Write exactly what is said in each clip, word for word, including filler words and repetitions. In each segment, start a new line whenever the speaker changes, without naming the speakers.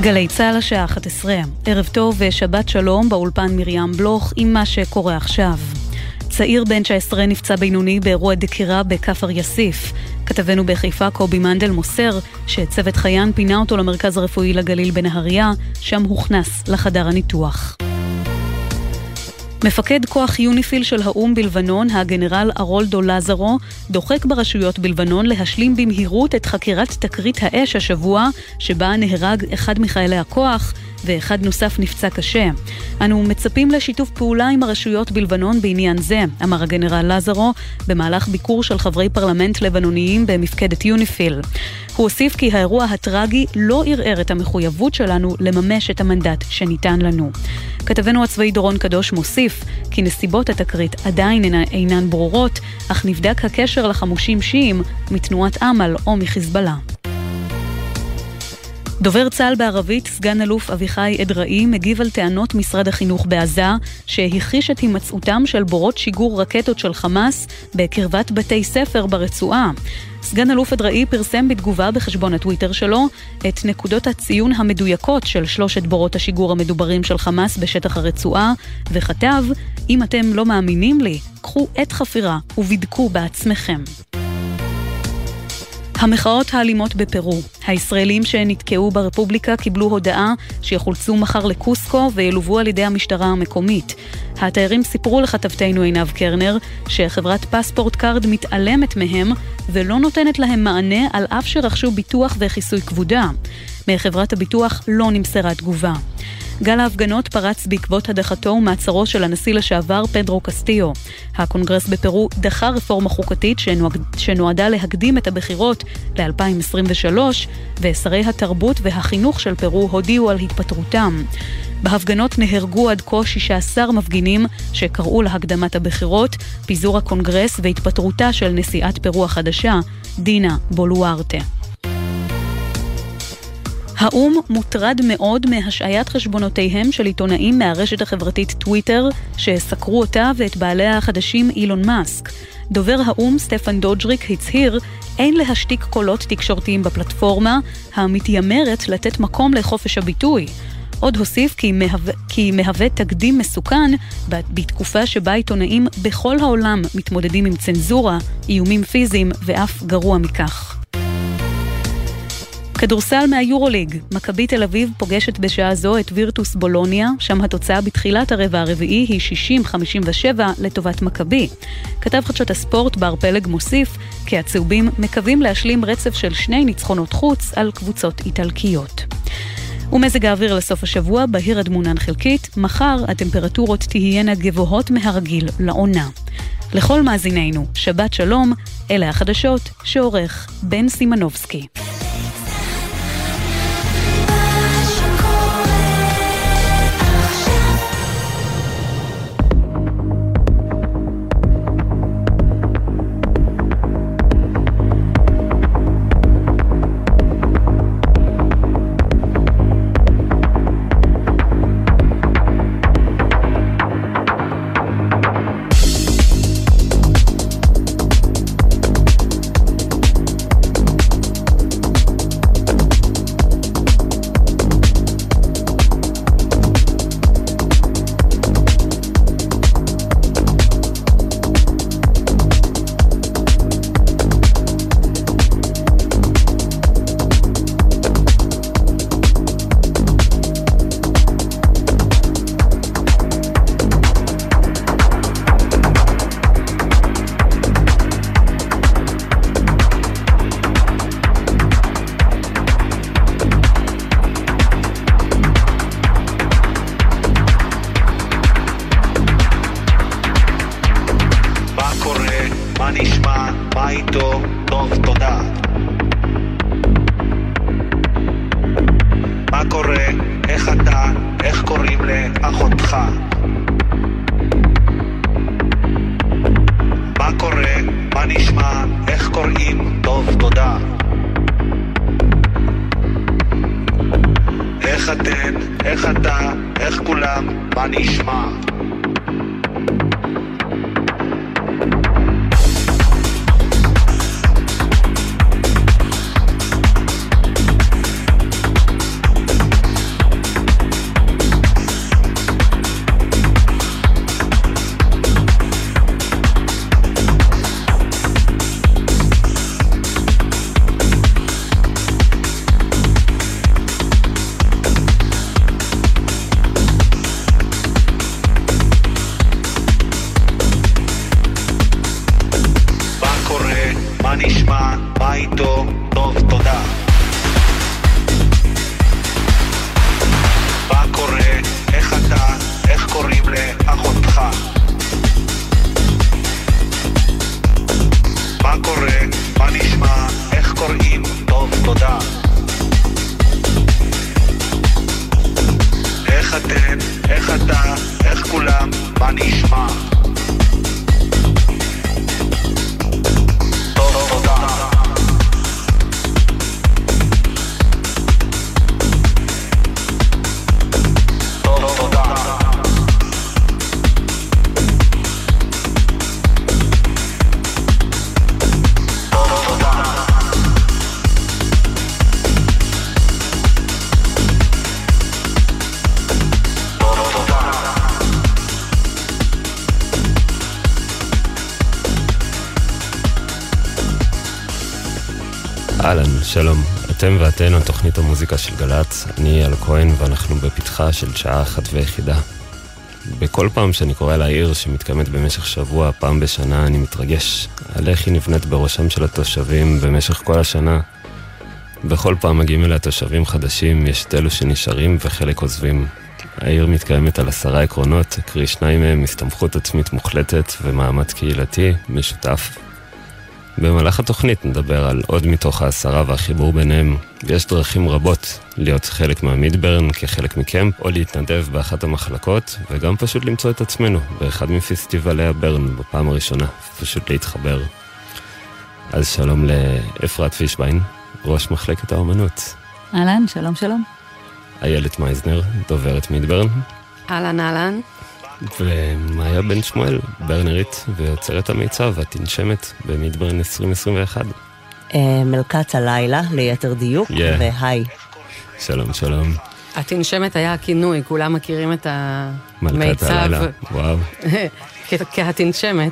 גלי צהל השעה אחת עשרה. ערב טוב ושבת שלום, באולפן מרים בלוך עם מה שקורה עכשיו. צעיר בן תשע עשרה נפצע בינוני באירוע דקירה בכפר יסיף. כתבנו בחיפה קובי מנדל מוסר שצוות חיין פינה אותו למרכז הרפואי לגליל בנהריה, שם הוכנס לחדר הניתוח. מפקד כוח יוניפיל של האום בלבנון, הגנרל ארולדו לזרו, דוחק ברשויות בלבנון להשלים במהירות את חקירת תקרית האש השבוע, שבה נהרג אחד מחיילי הכוח ואחד נוסף נפצע קשה. אנו מצפים לשיתוף פעולה עם הרשויות בלבנון בעניין זה, אמר הגנרל לזרו, במהלך ביקור של חברי פרלמנט לבנוניים במפקדת יוניפיל. הוא הוסיף כי האירוע הטרגי לא ערער את המחויבות שלנו לממש את המנדט שניתן לנו. כתבנו הצבאי דורון קדוש מוסיף כי נסיבות התקרית עדיין אינן ברורות, אך נבדק הקשר לחמושים שיעים מתנועת עמל או מחיזבאללה. דובר צה"ל בערבית, סגן אלוף אביחי אדראי, מגיב על טענות משרד החינוך בעזה, שהכחיש את הימצאותם של בורות שיגור רקטות של חמאס בקרבת בתי ספר ברצועה. סגן אלוף אדראי פרסם בתגובה בחשבון הטוויטר שלו את נקודות הציון המדויקות של שלושת בורות השיגור המדוברים של חמאס בשטח הרצועה, וכתב, אם אתם לא מאמינים לי, קחו את חפירה ובדקו בעצמכם. המחאות האלימות בפרו. הישראלים שנתקעו ברפובליקה קיבלו הודעה שיחולצו מחר לקוסקו וילובו על ידי המשטרה המקומית. התיירים סיפרו לכתבתנו עינב קרנר שחברת פספורט קארד מתעלמת מהם ולא נותנת להם מענה על אף שרכשו ביטוח וחיסוי כבודה. מחברת הביטוח לא נמסרה תגובה. גל ההפגנות פרץ בעקבות הדחתו ומעצרו של הנשיא לשעבר פדרו קסטיו. הקונגרס בפרו דחה רפורמה חוקתית שנועד, שנועדה להקדים את הבחירות ל-אלפיים עשרים ושלוש, ושרי התרבות והחינוך של פרו הודיעו על התפטרותם. בהפגנות נהרגו עד כה שישה עשר מפגינים שקראו להקדמת הבחירות, פיזור הקונגרס והתפטרותה של נשיאת פרו החדשה, דינה בולוארטה. האום מוטרד מאוד מהשעיית חשבונותיהם של עיתונאים מהרשת החברתית טוויטר שסקרו אותה ואת בעליה החדשים אילון מאסק. דובר האום סטפן דוג'ריק הצהיר אין להשתיק קולות תקשורתיים בפלטפורמה המתיימרת לתת מקום לחופש הביטוי. עוד הוסיף כי מהווה, כי מהווה תקדים מסוכן בתקופה שבה עיתונאים בכל העולם מתמודדים עם צנזורה, איומים פיזיים ואף גרוע מכך. כדורסל מהיורוליג, מכבי תל אביב פוגשת בשעה זו את וירטוס בולוניה, שם התוצאה בתחילת הרבע הרביעי היא שישים חמישים ושבע לטובת מכבי. כתב חדשות הספורט בר פלג מוסיף כי הצהובים מקווים להשלים רצף של שני ניצחונות חוץ על קבוצות איטלקיות. ומזג האוויר לסוף השבוע, בהיר עד מעונן חלקית, מחר הטמפרטורות תהיינה גבוהות מהרגיל לעונה. לכל מאזינינו, שבת שלום, אלה החדשות שעורך בן סימנובסקי.
לאחותך. מה קורה? מה נשמע? איך קוראים? טוב, תודה. איך אתן? איך אתה? איך כולם? מה נשמע? טוב, תודה. טוב, תודה.
אהלן, שלום. אתם ואתן על תוכנית המוזיקה של גל"צ. אני אל כהן ואנחנו בפתחה של שעה אחת ויחידה. בכל פעם שאני קורא לעיר שמתקיימת במשך שבוע, פעם בשנה, אני מתרגש על איך היא נבנית בראשם של התושבים במשך כל השנה. בכל פעם מגיעים אליה תושבים חדשים, יש את אלו שנשארים וחלק עוזבים. העיר מתקיימת על עשרה עקרונות, קרי שניים מהם הסתמכות עצמית מוחלטת ומאמץ קהילתי משותף. במהלך התוכנית נדבר על עוד מתוך העשרה והחיבור ביניהם. יש דרכים רבות להיות חלק מהמידברן כחלק מקמפ, או להתנדב באחת המחלקות, וגם פשוט למצוא את עצמנו באחד מפסטיבלי הברן בפעם הראשונה, פשוט להתחבר. אז שלום לאפרת פישביין, ראש מחלקת האומנות.
אהלן, שלום שלום.
איילת מייזנר, דוברת מידברן.
אהלן, אהלן.
ומאיה בן שמואל, ברנרית ויוצרת המיצב, התנשמת במידברן עשרים עשרים ואחת.
מלכת הלילה, ליתר דיוק, והי.
שלום, שלום.
התנשמת היה הכינוי, כולם מכירים את המיצב.
מלכת הלילה, וואו.
כהתנשמת.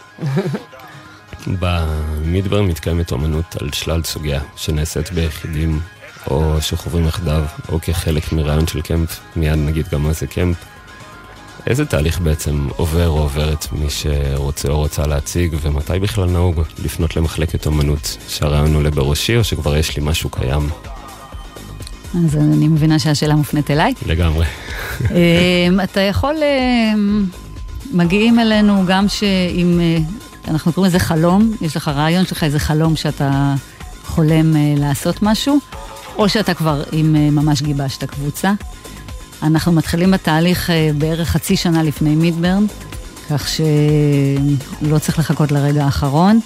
במידברן מתקיימת אומנות על שלל סוגיה, שנעשית ביחידים, או שחוברים יחדיו, או כחלק מרעיון של קמפ, מיד נגיד גם מה זה קמפ. איזה תהליך בעצם עובר או עוברת מי שרוצה או רוצה להציג, ומתי בכלל נהוג לפנות למחלקת אומנות שהרעיון עולה בראשי, או שכבר יש לי משהו קיים?
אז אני מבינה שהשאלה מופנית אליי.
לגמרי.
אתה יכול, מגיעים אלינו גם שאם, אנחנו קוראים לזה חלום, יש לך רעיון שלך איזה חלום שאתה חולם לעשות משהו, או שאתה כבר עם ממש גיבשת קבוצה. אנחנו מתחילים בתהליך בערך חצי שנה לפני מידברן, כך שלא צריך לחכות לרגע האחרון,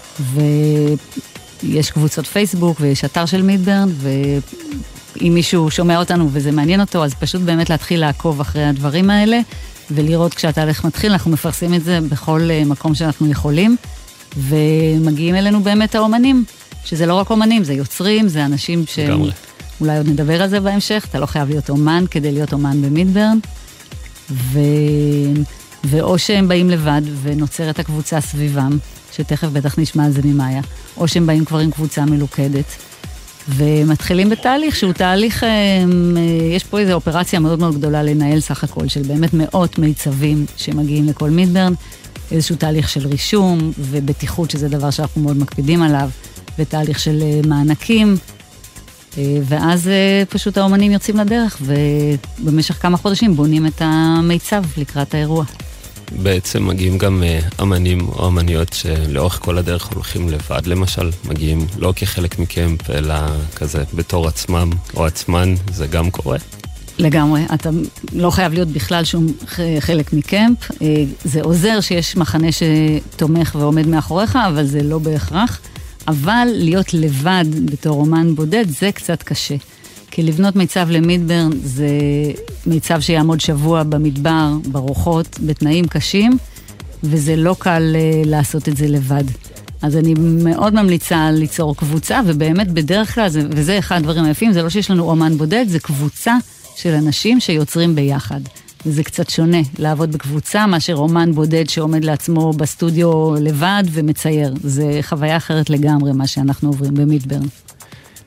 ויש קבוצות פייסבוק ויש אתר של מידברן, ואם מישהו שומע אותנו וזה מעניין אותו, אז פשוט באמת להתחיל לעקוב אחרי הדברים האלה, ולראות כשהתהליך מתחיל, אנחנו מפרסמים את זה בכל מקום שאנחנו יכולים, ומגיעים אלינו באמת האומנים, שזה לא רק אומנים, זה יוצרים, זה אנשים ש...
לגמרי.
אולי עוד נדבר על זה בהמשך, אתה לא חייב להיות אומן כדי להיות אומן במידברן, ו... ואו שהם באים לבד ונוצרת הקבוצה סביבם, שתכף בטח נשמע על זה ממאיה, או שהם באים כבר עם קבוצה מלוכדת, ומתחילים בתהליך שהוא תהליך, יש פה איזו אופרציה מאוד מאוד גדולה לנהל סך הכל, של באמת מאות מיצבים שמגיעים לכל מידברן, איזשהו תהליך של רישום ובטיחות, שזה דבר שאנחנו מאוד מקפידים עליו, ותהליך של מענקים, ואז פשוט האומנים יוצאים לדרך, ובמשך כמה חודשים בונים את המיצב לקראת האירוע.
בעצם מגיעים גם אמנים או אמניות שלאורך כל הדרך הולכים לבד למשל, מגיעים לא כחלק מקמפ, אלא כזה בתור עצמם או עצמן, זה גם קורה?
לגמרי, אתה לא חייב להיות בכלל שום חלק מקמפ, זה עוזר שיש מחנה שתומך ועומד מאחוריך, אבל זה לא בהכרח. אבל להיות לבד בתור אומן בודד זה קצת קשה. כי לבנות מיצב למידברן זה מיצב שיעמוד שבוע במדבר, ברוחות, בתנאים קשים, וזה לא קל לעשות את זה לבד. אז אני מאוד ממליצה ליצור קבוצה, ובאמת בדרך כלל, וזה אחד הדברים היפים, זה לא שיש לנו אומן בודד, זה קבוצה של אנשים שיוצרים ביחד. וזה קצת שונה, לעבוד בקבוצה, מאשר אומן בודד שעומד לעצמו בסטודיו לבד ומצייר. זה חוויה אחרת לגמרי מה שאנחנו עוברים במידברן.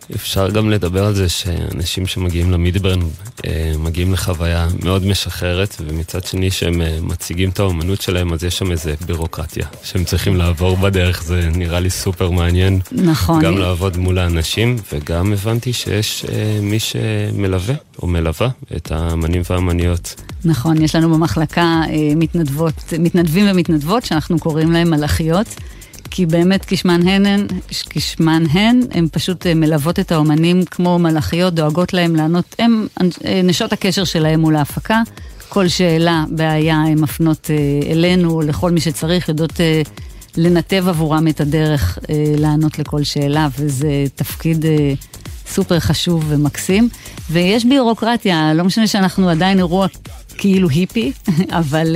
אפשר גם לדבר על זה שאנשים שמגיעים למידברן מגיעים לחוויה מאוד משחררת, ומצד שני שהם מציגים את האומנות שלהם, אז יש שם איזה בירוקרטיה שהם צריכים לעבור בדרך. זה נראה לי סופר מעניין.
נכון.
גם לעבוד מול האנשים, וגם הבנתי שיש מי שמלווה או מלווה את האמנים והאמניות.
נכון, יש לנו במחלקה מתנדבות, מתנדבים ומתנדבות שאנחנו קוראים להם מלאכיות, כי באמת כשמן הן, כשמן הן, הם פשוט מלוות את האומנים כמו מלאכיות, דואגות להם לענות, הם נשות הקשר שלהם מול ההפקה, כל שאלה, בעיה, הם מפנות אלינו, לכל מי שצריך, יודעות לנתב עבורם את הדרך לענות לכל שאלה, וזה תפקיד סופר חשוב ומקסים, ויש בירוקרטיה, לא משנה שאנחנו עדיין אירוע כאילו היפי, אבל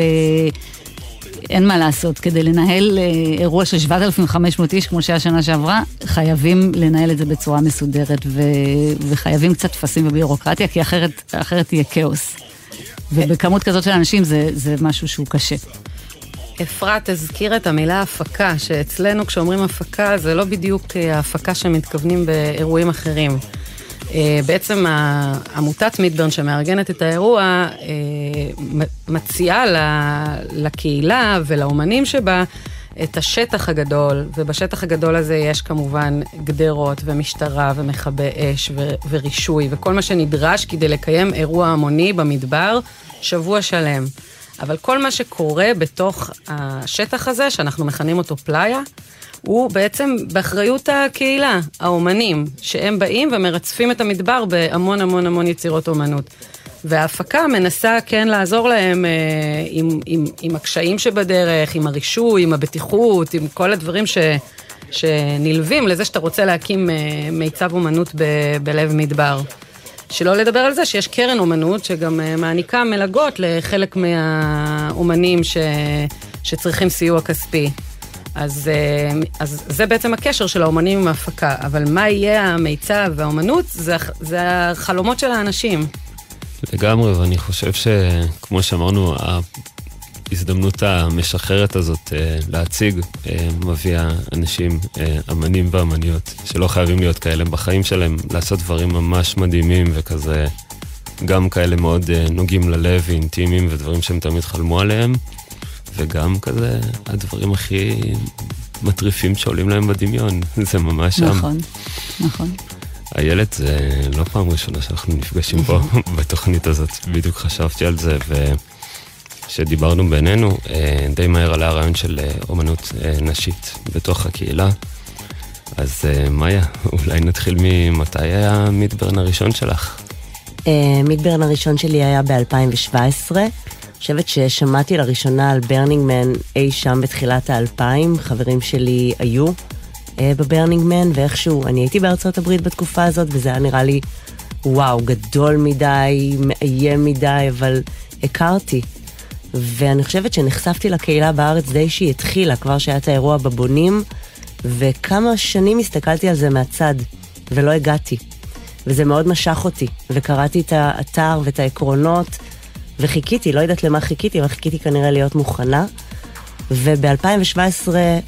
אין מה לעשות, כדי לנהל אירוע של שבעת אלפים וחמש מאות איש, כמו שהיה שנה שעברה, חייבים לנהל את זה בצורה מסודרת, ו... וחייבים קצת תפסים בבירוקרטיה, כי אחרת, אחרת תהיה כאוס. ובכמות כזאת של אנשים זה, זה משהו שהוא קשה.
אפרת הזכיר את המילה הפקה, שאצלנו כשאומרים הפקה, זה לא בדיוק ההפקה שמתכוונים באירועים אחרים. בעצם עמותת מידברן שמארגנת את האירוע מציעה לקהילה ולאומנים שבה את השטח הגדול, ובשטח הגדול הזה יש כמובן גדרות ומשטרה ומכבי אש ורישוי וכל מה שנדרש כדי לקיים אירוע המוני במדבר שבוע שלם. אבל כל מה שקורה בתוך השטח הזה, שאנחנו מכנים אותו פלאיה, הוא בעצם באחריות הקהילה, האומנים, שהם באים ומרצפים את המדבר בהמון המון המון יצירות אומנות. וההפקה מנסה כן לעזור להם אה, עם, עם, עם הקשיים שבדרך, עם הרישוי, עם הבטיחות, עם כל הדברים ש, שנלווים לזה שאתה רוצה להקים אה, מיצב אומנות ב, בלב מדבר. שלא לדבר על זה שיש קרן אומנות שגם אה, מעניקה מלגות לחלק מהאומנים ש, שצריכים סיוע כספי. אז, אז זה בעצם הקשר של האומנים עם ההפקה, אבל מה יהיה המיצב והאומנות? זה, זה החלומות של האנשים.
לגמרי, ואני חושב שכמו שאמרנו, ההזדמנות המשחררת הזאת להציג מביאה אנשים, אמנים ואמניות, שלא חייבים להיות כאלה בחיים שלהם, לעשות דברים ממש מדהימים וכזה, גם כאלה מאוד נוגעים ללב ואינטימיים ודברים שהם תמיד חלמו עליהם, וגם כזה הדברים הכי מטריפים שעולים להם בדמיון. זה ממש שם.
נכון, נכון.
איילת, זה לא פעם ראשונה שאנחנו נפגשים פה בתוכנית הזאת. בדיוק חשבתי על זה, ושדיברנו בינינו, די מהר עלה הרעיון של אומנות נשית בתוך הקהילה. אז מאיה, אולי נתחיל ממתי היה המידברן הראשון שלך?
מידברן הראשון שלי היה ב-אלפיים שבע עשרה. אני חושבת ששמעתי לראשונה על ברנינג מן אי שם בתחילת האלפיים, חברים שלי היו אה, בברנינג מן, ואיכשהו, אני הייתי בארצות הברית בתקופה הזאת, וזה היה נראה לי, וואו, גדול מדי, מאיים מדי, אבל הכרתי. ואני חושבת שנחשפתי לקהילה בארץ די שהיא התחילה, כבר שהיה את האירוע בבונים, וכמה שנים הסתכלתי על זה מהצד, ולא הגעתי. וזה מאוד משך אותי, וקראתי את האתר ואת העקרונות, וחיכיתי, לא יודעת למה חיכיתי, אבל חיכיתי כנראה להיות מוכנה, וב-אלפיים שבע עשרה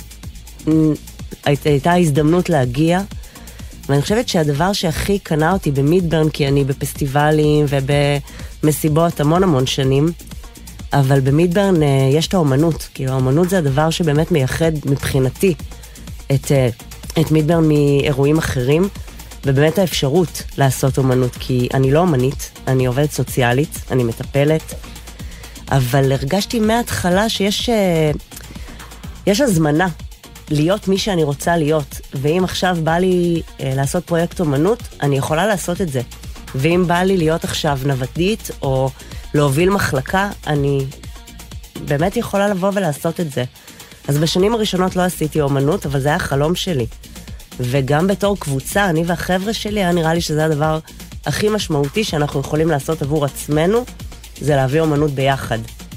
הייתה הזדמנות להגיע, ואני חושבת שהדבר שהכי קנה אותי במידברן, כי אני בפסטיבלים ובמסיבות המון המון שנים, אבל במידברן יש את האומנות, כאילו האומנות זה הדבר שבאמת מייחד מבחינתי את, את מידברן מאירועים אחרים, ובאמת האפשרות לעשות אומנות, כי אני לא אומנית, אני עובדת סוציאלית, אני מטפלת, אבל הרגשתי מההתחלה שיש יש הזמנה להיות מי שאני רוצה להיות, ואם עכשיו בא לי לעשות פרויקט אומנות, אני יכולה לעשות את זה. ואם בא לי להיות עכשיו נוודית, או להוביל מחלקה, אני באמת יכולה לבוא ולעשות את זה. אז בשנים הראשונות לא עשיתי אומנות, אבל זה היה חלום שלי. וגם בתור קבוצה, אני והחבר'ה שלי, היה נראה לי שזה הדבר הכי משמעותי שאנחנו יכולים לעשות עבור עצמנו, זה להביא אומנות ביחד.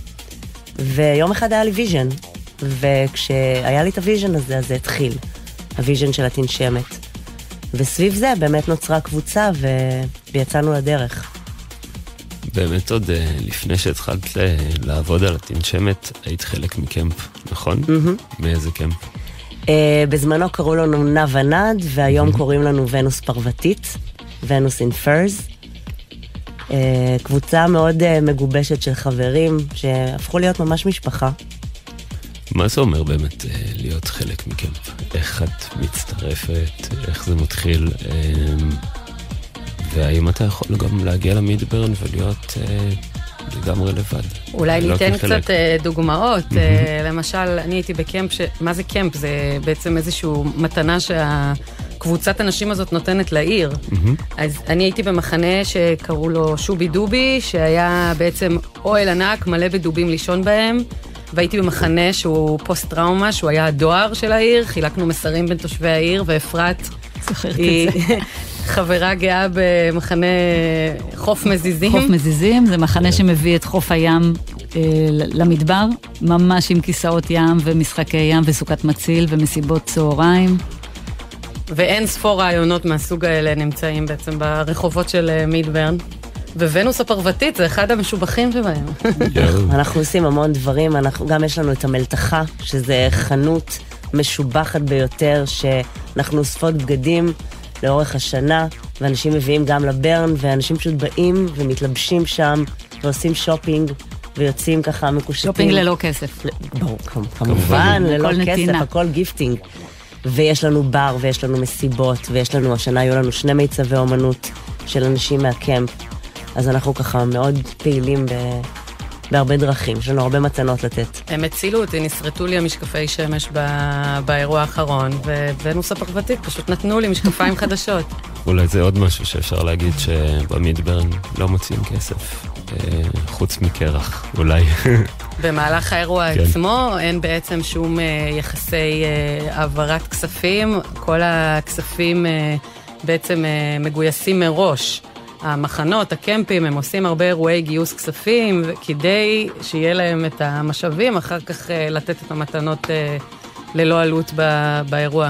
ויום אחד היה לי ויז'ן, וכשהיה לי את הוויז'ן הזה, אז זה התחיל, הוויז'ן של התנשמת. וסביב זה באמת נוצרה קבוצה, ו... ויצאנו לדרך.
באמת עוד לפני שהתחלת לעבוד על התנשמת, היית חלק מקמפ, נכון? Mm-hmm. מאיזה קמפ?
בזמנו קראו לנו נע ונד, והיום קוראים לנו ונוס פרוותית, ונוס אין פרס. קבוצה מאוד מגובשת של חברים שהפכו להיות ממש משפחה.
מה זה אומר באמת להיות חלק מכם? איך את מצטרפת? איך זה מתחיל? והאם אתה יכול גם להגיע למידברן ולהיות לגמרי לבד?
אולי ניתן קצת דוגמאות. למשל, אני הייתי בקמפ, מה זה קמפ? זה בעצם איזשהו מתנה שהקבוצת הנשים הזאת נותנת לעיר. אז אני הייתי במחנה שקראו לו שובי דובי, שהיה בעצם אוהל ענק מלא בדובים לישון בהם, והייתי במחנה שהוא פוסט-טראומה, שהוא היה הדואר של העיר, חילקנו מסרים בין תושבי העיר, ואפרת היא חברה גאה במחנה חוף מזיזים.
חוף מזיזים, זה מחנה שמביא את חוף הים אה, למדבר, ממש עם כיסאות ים ומשחקי ים וסוכת מציל ומסיבות צהריים.
ואין ספור רעיונות מהסוג האלה נמצאים בעצם ברחובות של מידברן. וונוס הפרוותית זה אחד המשובחים שבהם.
אנחנו עושים המון דברים, אנחנו, גם יש לנו את המלתחה, שזה חנות משובחת ביותר, שאנחנו אוספות בגדים לאורך השנה, ואנשים מביאים גם לברן, ואנשים פשוט באים ומתלבשים שם, ועושים שופינג, ויוצאים ככה מקושטים.
שופינג ללא כסף.
ברור, כמובן, ללא כסף, הכל גיפטינג. ויש לנו בר, ויש לנו מסיבות, ויש לנו, השנה היו לנו שני מיצבי אומנות של אנשים מהקמפ, אז אנחנו ככה מאוד פעילים ב... בהרבה דרכים, יש לנו הרבה מתנות לתת.
הם הצילו אותי, נשרטו לי המשקפי שמש ב... באירוע האחרון, וונוס הפרוותית פשוט נתנו לי משקפיים חדשות.
אולי זה עוד משהו שאפשר להגיד שבמידברן לא מוצאים כסף, חוץ מקרח, אולי.
במהלך האירוע עצמו אין בעצם שום יחסי העברת כספים, כל הכספים בעצם מגויסים מראש. המחנות, הקמפים, הם עושים הרבה אירועי גיוס כספים, כדי שיהיה להם את המשאבים, אחר כך לתת את המתנות ללא עלות באירוע.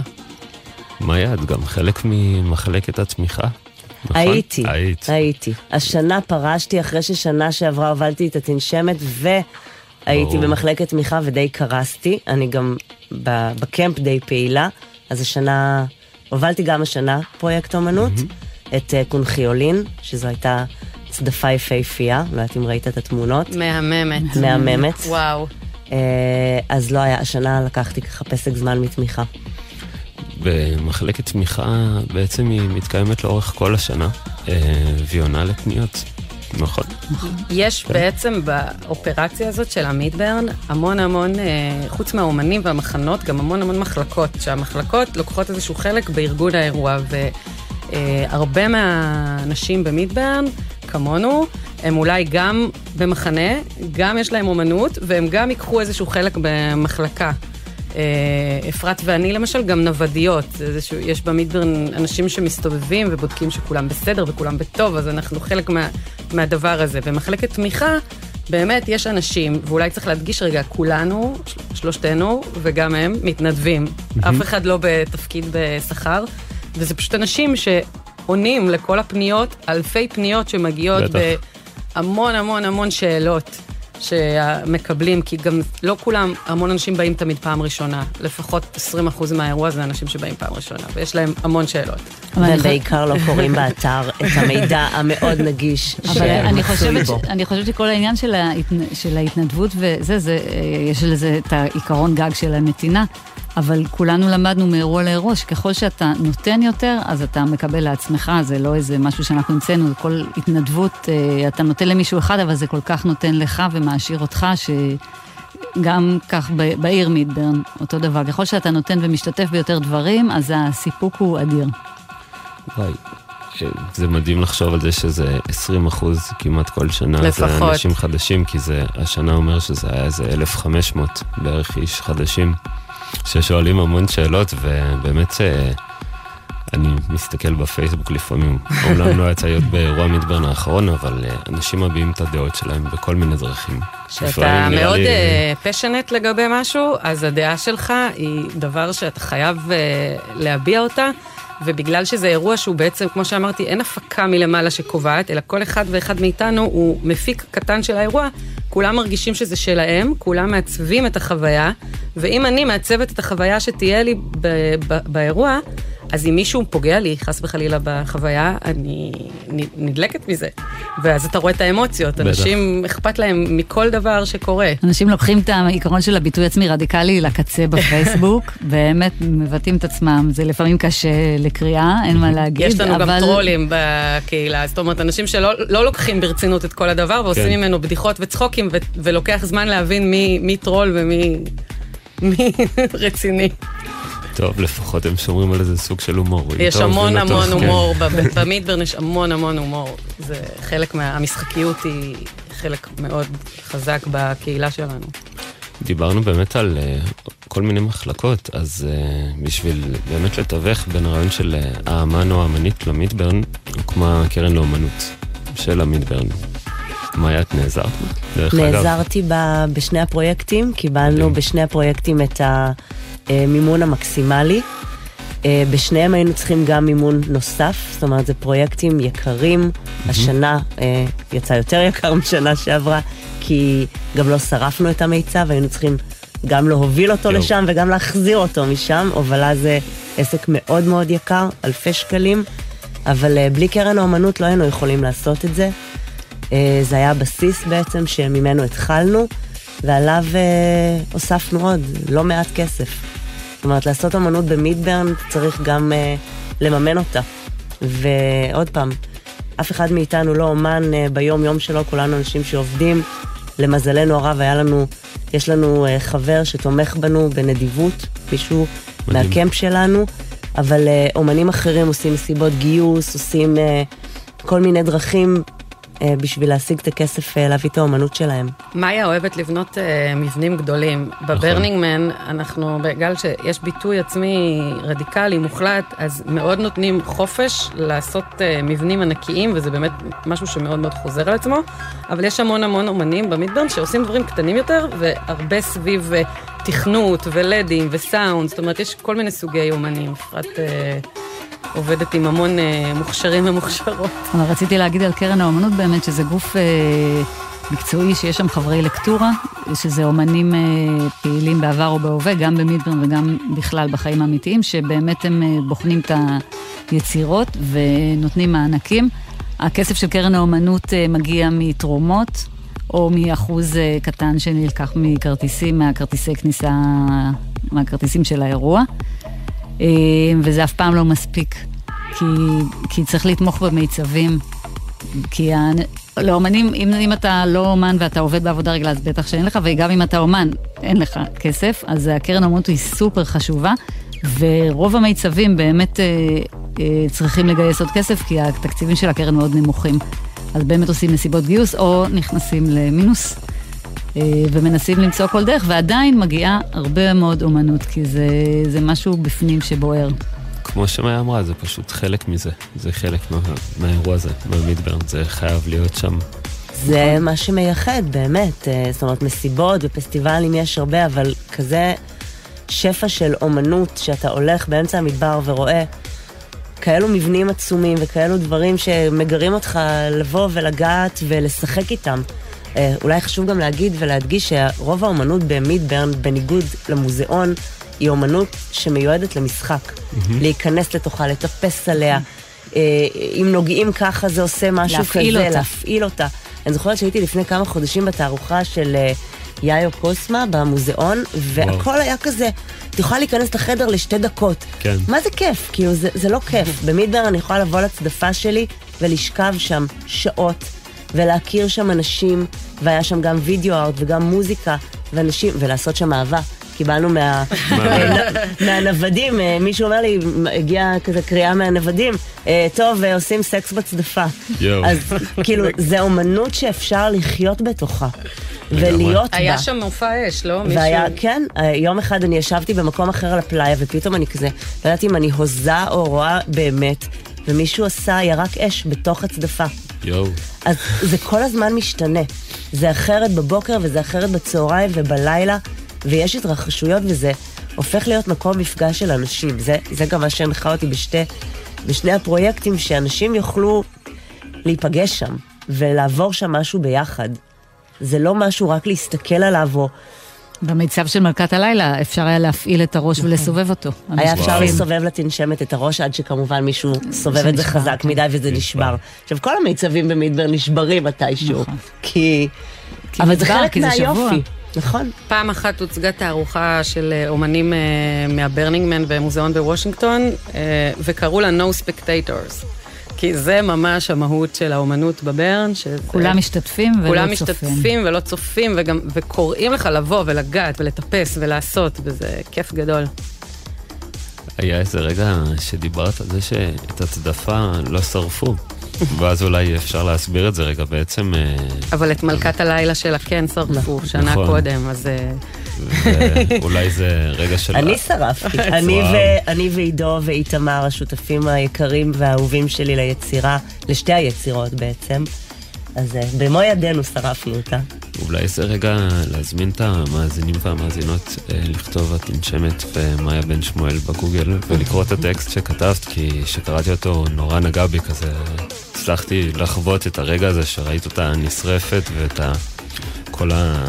מאיה, את גם חלק ממחלקת התמיכה? נכון?
הייתי,
היית.
הייתי. השנה פרשתי אחרי ששנה שעברה הובלתי את התנשמת, והייתי במחלקת תמיכה ודי קרסתי. אני גם בקמפ די פעילה, אז השנה, הובלתי גם השנה פרויקט אומנות, את קונחיולין, שזו הייתה צדפה יפהפייה, לא יודעת אם ראית את התמונות.
מהממת.
מהממת.
וואו.
אז לא היה, השנה לקחתי ככה פסק זמן מתמיכה.
במחלקת תמיכה בעצם היא מתקיימת לאורך כל השנה, והיא עונה לפניות. נכון.
יש בעצם באופרציה הזאת של המידברן המון המון, חוץ מהאומנים והמחנות, גם המון המון מחלקות, שהמחלקות לוקחות איזשהו חלק בארגון האירוע, והרבה מהאנשים במידברן, כמונו, הם אולי גם במחנה, גם יש להם אומנות, והם גם ייקחו איזשהו חלק במחלקה. אפרת ואני למשל גם נוודיות, יש במידברן אנשים שמסתובבים ובודקים שכולם בסדר וכולם בטוב, אז אנחנו חלק מה, מהדבר הזה. במחלקת תמיכה באמת יש אנשים, ואולי צריך להדגיש רגע, כולנו, שלושתנו וגם הם מתנדבים, אף אחד לא בתפקיד בשכר, וזה פשוט אנשים שעונים לכל הפניות, אלפי פניות שמגיעות בהמון המון המון שאלות שמקבלים, כי גם לא כולם, המון אנשים באים תמיד פעם ראשונה, לפחות עשרים אחוז מהאירוע זה אנשים שבאים פעם ראשונה, ויש להם המון שאלות.
ובעיקר לא קוראים באתר את המידע המאוד נגיש שמצוי בו.
אני חושבת שכל העניין של ההתנדבות וזה, יש לזה את העיקרון גג של הנתינה, אבל כולנו למדנו מאירוע לאירוע, שככל שאתה נותן יותר, אז אתה מקבל לעצמך, זה לא איזה משהו שאנחנו נמצאנו, זה כל התנדבות, אתה נותן למישהו אחד, אבל זה כל כך נותן לך ומעשיר אותך, שגם כך בעיר מידברן, אותו דבר. ככל שאתה נותן ומשתתף ביותר דברים, אז הסיפוק הוא אדיר.
וואי, זה מדהים לחשוב על זה שזה עשרים אחוז כמעט כל שנה. לפחות. זה אנשים חדשים, כי זה, השנה אומר שזה היה איזה אלף וחמש מאות בערך איש חדשים. ששואלים המון שאלות, ובאמת אני מסתכל בפייסבוק לפעמים, אומנם לא יצא להיות באירוע מידברן האחרון, אבל אנשים מביעים את הדעות שלהם בכל מיני דרכים.
שאתה מאוד פשנט לגבי משהו, אז הדעה שלך היא דבר שאתה חייב להביע אותה, ובגלל שזה אירוע שהוא בעצם, כמו שאמרתי, אין הפקה מלמעלה שקובעת, אלא כל אחד ואחד מאיתנו הוא מפיק קטן של האירוע, כולם מרגישים שזה שלהם, כולם מעצבים את החוויה, ואם אני מעצבת את החוויה שתהיה לי ב- ב- באירוע, אז אם מישהו פוגע לי, חס וחלילה בחוויה, אני נדלקת מזה. ואז אתה רואה את האמוציות, אנשים אכפת להם מכל דבר שקורה.
אנשים לוקחים את העיקרון של הביטוי עצמי רדיקלי לקצה בפייסבוק, באמת מבטאים את עצמם, זה לפעמים קשה לקריאה, אין מה להגיד.
יש לנו גם טרולים בקהילה, זאת אומרת, אנשים שלא לוקחים ברצינות את כל הדבר, ועושים ממנו בדיחות וצחוקים, ולוקח זמן להבין מי טרול ומי רציני.
טוב, לפחות הם שומרים על איזה סוג של הומור.
יש המון המון הומור, במידברן יש המון המון הומור. זה חלק מהמשחקיות, היא חלק מאוד חזק בקהילה שלנו.
דיברנו באמת על כל מיני מחלקות, אז בשביל באמת לתווך בין הרעיון של האמן או האמנית למידברן, הוקמה קרן לאומנות של המידברן. מה את נעזרת?
נעזרתי בשני הפרויקטים, קיבלנו בשני הפרויקטים את ה... מימון המקסימלי. בשניהם היינו צריכים גם מימון נוסף, זאת אומרת, זה פרויקטים יקרים. השנה יצא יותר יקר משנה שעברה, כי גם לא שרפנו את המיצב, היינו צריכים גם להוביל אותו לשם וגם להחזיר אותו משם. הובלה זה עסק מאוד מאוד יקר, אלפי שקלים, אבל בלי קרן האומנות לא היינו יכולים לעשות את זה. זה היה בסיס בעצם שממנו התחלנו, ועליו אה, הוספנו עוד לא מעט כסף. זאת אומרת, לעשות אמנות במידברן צריך גם אה, לממן אותה. ועוד פעם, אף אחד מאיתנו לא אומן אה, ביום יום שלו, כולנו אנשים שעובדים. למזלנו הרב היה לנו, יש לנו אה, חבר שתומך בנו בנדיבות, מישהו מדהים. מהקמפ שלנו, אבל אה, אומנים אחרים עושים מסיבות גיוס, עושים אה, כל מיני דרכים, בשביל להשיג את הכסף להביא את האומנות שלהם.
מאיה אוהבת לבנות מבנים גדולים. בברנינג מן אנחנו, בגלל שיש ביטוי עצמי רדיקלי, מוחלט, אז מאוד נותנים חופש לעשות מבנים ענקיים, וזה באמת משהו שמאוד מאוד חוזר על עצמו, אבל יש המון המון אומנים במידברן שעושים דברים קטנים יותר, והרבה סביב תכנות ולדים וסאונד, זאת אומרת, יש כל מיני סוגי אומנים, בפרט עובדת עם המון אה, מוכשרים ומוכשרות.
אבל רציתי להגיד על קרן האומנות באמת שזה גוף אה, מקצועי שיש שם חברי לקטורה, שזה אומנים אה, פעילים בעבר או בהווה, גם במידברן וגם בכלל בחיים האמיתיים, שבאמת הם אה, בוחנים את היצירות ונותנים מענקים. הכסף של קרן האומנות אה, מגיע מתרומות, או מאחוז אה, קטן שנלקח מכרטיסים, מהכרטיסי כניסה, מהכרטיסים של האירוע. וזה אף פעם לא מספיק, כי, כי צריך לתמוך במיצבים, כי לאומנים, אם, אם אתה לא אומן ואתה עובד בעבודה רגלה, אז בטח שאין לך, וגם אם אתה אומן, אין לך כסף, אז הקרן האומנות היא סופר חשובה, ורוב המיצבים באמת אה, אה, צריכים לגייס עוד כסף, כי התקציבים של הקרן מאוד נמוכים, אז באמת עושים מסיבות גיוס, או נכנסים למינוס, ומנסים למצוא כל דרך, ועדיין מגיעה הרבה מאוד אומנות, כי זה, זה משהו בפנים שבוער.
כמו שמאיה אמרה, זה פשוט חלק מזה. זה חלק מה, מהאירוע הזה, מהמידברן, זה חייב להיות שם.
זה מה שמייחד, באמת. זאת אומרת, מסיבות ופסטיבלים יש הרבה, אבל כזה שפע של אומנות, שאתה הולך באמצע המדבר ורואה כאלו מבנים עצומים, וכאלו דברים שמגרים אותך לבוא ולגעת ולשחק איתם. אולי חשוב גם להגיד ולהדגיש שרוב האומנות במידברן, בניגוד למוזיאון, היא אומנות שמיועדת למשחק. להיכנס לתוכה, לטפס עליה. אם נוגעים ככה זה עושה משהו כזה, להפעיל אותה. אני זוכרת שהייתי לפני כמה חודשים בתערוכה של יאיו קוסמה במוזיאון, והכל היה כזה, את יכולה להיכנס לחדר לשתי דקות. מה זה כיף? כאילו זה לא כיף. במידברן אני יכולה לבוא לצדפה שלי ולשכב שם שעות. ולהכיר שם אנשים, והיה שם גם וידאו ארט וגם מוזיקה, ואנשים, ולעשות שם אהבה. קיבלנו מה... מהנוודים, מישהו אומר לי, הגיעה כזה קריאה מהנוודים, טוב, עושים סקס בצדפה. אז כאילו, זה אומנות שאפשר לחיות בתוכה, ולהיות בה.
היה שם מופע אש, לא?
והיה, כן, יום אחד אני ישבתי במקום אחר על הפלאיה, ופתאום אני כזה, לא יודעת אם אני הוזה או רואה באמת, ומישהו עשה ירק אש בתוך הצדפה.
יואו.
אז זה כל הזמן משתנה. זה אחרת בבוקר וזה אחרת בצהריים ובלילה, ויש התרחשויות וזה הופך להיות מקום מפגש של אנשים. זה, זה גם מה שהנחה אותי בשתי בשני הפרויקטים שאנשים יוכלו להיפגש שם, ולעבור שם משהו ביחד. זה לא משהו רק להסתכל עליו או...
במיצב של מלכת הלילה אפשר היה להפעיל את הראש ולסובב אותו.
היה אפשר לסובב לתנשמת את הראש עד שכמובן מישהו סובב את זה חזק מדי וזה נשבר. עכשיו כל המיצבים במידברן נשברים מתישהו. כי... אבל זה חלק מהיופי. נכון.
פעם אחת הוצגה תערוכה של אומנים מהברנינג מן ומוזיאון בוושינגטון, וקראו לה No Spectators. כי זה ממש המהות של האומנות בברן.
כולם משתתפים ולא צופים.
כולם משתתפים ולא צופים, וגם, וקוראים לך לבוא ולגעת ולטפס ולעשות, וזה כיף גדול.
היה איזה רגע שדיברת על זה שאת הצדפה לא שרפו, ואז אולי אפשר להסביר את זה רגע בעצם...
אבל את מלכת הלילה שלה כן שרפו, שנה קודם, אז...
ואולי זה רגע של...
אני שרפתי. אני ועידו ואיתמר, השותפים היקרים והאהובים שלי ליצירה, לשתי היצירות בעצם. אז במו ידינו שרפנו אותה.
אולי זה רגע להזמין את המאזינים והמאזינות לכתוב התנשמת ומאיה בן שמואל בגוגל ולקרוא את הטקסט שכתבת, כי שקראתי אותו נורא נגע בי כזה. הצלחתי לחוות את הרגע הזה שראית אותה נשרפת ואת כל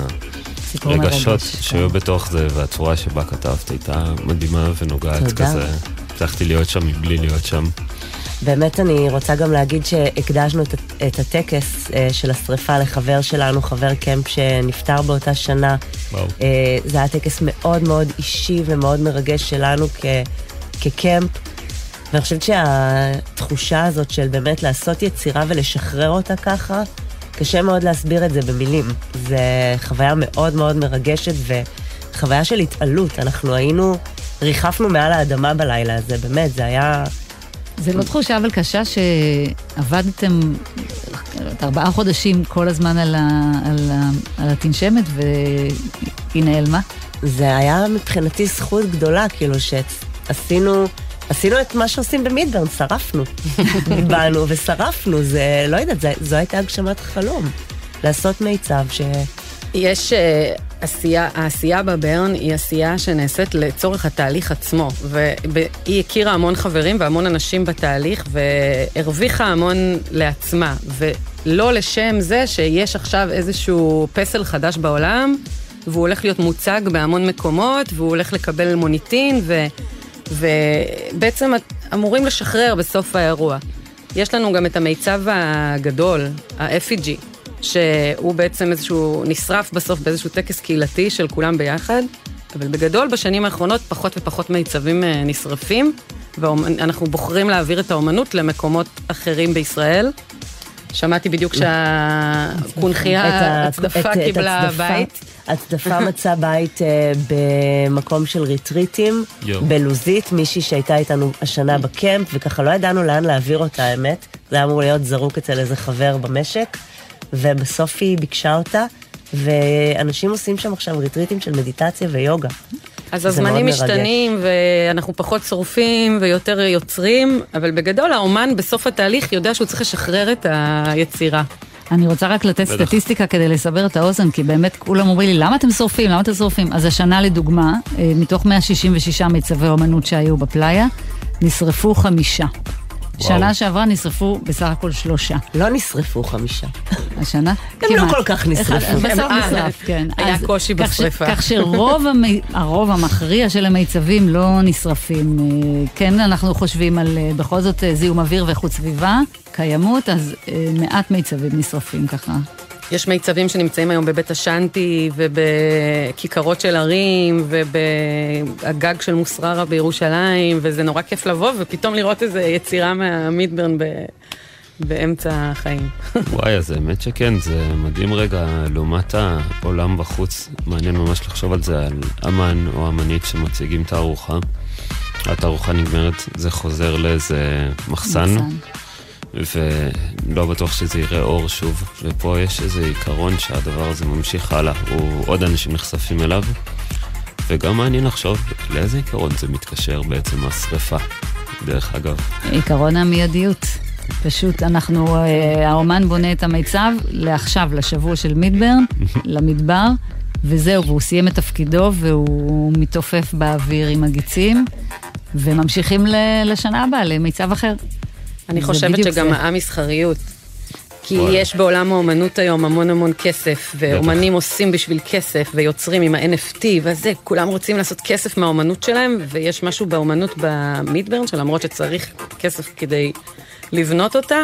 הרגשות שהיו בתוך זה, והצורה שבה כתבת הייתה מדהימה ונוגעת כזה. הצלחתי להיות שם מבלי להיות שם.
באמת אני רוצה גם להגיד שהקדשנו את, את הטקס uh, של השריפה לחבר שלנו, חבר קמפ שנפטר באותה שנה. Uh, זה היה טקס מאוד מאוד אישי ומאוד מרגש שלנו כ, כקמפ. ואני חושבת שהתחושה הזאת של באמת לעשות יצירה ולשחרר אותה ככה, קשה מאוד להסביר את זה במילים. זה חוויה מאוד מאוד מרגשת וחוויה של התעלות. אנחנו היינו, ריחפנו מעל האדמה בלילה הזה, באמת, זה היה...
זה לא תחושה אבל קשה שעבדתם ארבעה חודשים כל הזמן על, ה, על, ה, על התנשמת והיא נעלמה?
זה היה מבחינתי זכות גדולה, כאילו שעשינו עשינו את מה שעושים במידברן, שרפנו. באנו ושרפנו, זה לא יודעת, זה, זו הייתה הגשמת חלום. לעשות מיצב ש...
יש... עשייה, העשייה בברן היא עשייה שנעשית לצורך התהליך עצמו, והיא הכירה המון חברים והמון אנשים בתהליך, והרוויחה המון לעצמה, ולא לשם זה שיש עכשיו איזשהו פסל חדש בעולם, והוא הולך להיות מוצג בהמון מקומות, והוא הולך לקבל מוניטין, ו, ובעצם אמורים לשחרר בסוף האירוע. יש לנו גם את המיצב הגדול, ה-אפיג'י, שהוא בעצם איזשהו נשרף בסוף באיזשהו טקס קהילתי של כולם ביחד, אבל בגדול בשנים האחרונות פחות ופחות מיצבים נשרפים, ואנחנו בוחרים להעביר את האומנות למקומות אחרים בישראל. שמעתי בדיוק שהקונחייה, הצדפה קיבלה בית.
הצדפה מצא בית במקום של ריטריטים, בלוזית, מישהי שהייתה איתנו השנה בקמפ, וככה לא ידענו לאן להעביר אותה, האמת. זה היה אמור להיות זרוק אצל איזה חבר במשק, ובסוף היא ביקשה אותה, ואנשים עושים שם עכשיו ריטריטים של מדיטציה ויוגה.
אז הזמנים משתנים, ואנחנו פחות שורפים ויותר יוצרים, אבל בגדול האומן בסוף התהליך יודע שהוא צריך לשחרר את היצירה.
אני רוצה רק לתת סטטיסטיקה כדי לסבר את האוזן, כי באמת כולם אומרים לי, למה אתם שורפים? למה אתם שורפים? אז השנה לדוגמה, מתוך מאה שישים ושישה מיצבי אומנות שהיו בפלאיה, נשרפו חמישה. שנה שעברה נשרפו בסך הכל שלושה.
לא נשרפו חמישה.
השנה?
הם לא כל כך נשרפו.
בסוף נשרף, כן.
היה קושי בשריפה.
כך שרוב המכריע של המיצבים לא נשרפים. כן, אנחנו חושבים על בכל זאת זיהום אוויר ואיכות סביבה, קיימות, אז מעט מיצבים נשרפים ככה.
יש מיצבים שנמצאים היום בבית השנטי ובכיכרות של ערים ובגג של מוסררה בירושלים, וזה נורא כיף לבוא ופתאום לראות איזו יצירה מהמידברן ב... באמצע החיים.
וואי, אז האמת שכן, זה מדהים רגע לעומת העולם בחוץ. מעניין ממש לחשוב על זה, על אמן או אמנית שמציגים תערוכה. התערוכה נגמרת, זה חוזר לאיזה מחסן. מחסן. ולא בטוח שזה יראה אור שוב, ופה יש איזה עיקרון שהדבר הזה ממשיך הלאה, עוד אנשים נחשפים אליו, וגם מעניין לחשוב לאיזה עיקרון זה מתקשר בעצם השריפה, דרך אגב.
עיקרון המיידיות, פשוט אנחנו, האומן בונה את המיצב לעכשיו, לשבוע של מידברן, למדבר, וזהו, והוא סיים את תפקידו, והוא מתעופף באוויר עם הגיצים, וממשיכים לשנה הבאה, למיצב אחר.
אני חושבת שגם המסחריות, כי יש בעולם האומנות היום המון המון כסף, ואומנים עושים בשביל כסף, ויוצרים עם ה-אן אף טי, וזה, כולם רוצים לעשות כסף מהאומנות שלהם, ויש משהו באומנות במידברן, שלמרות שצריך כסף כדי לבנות אותה,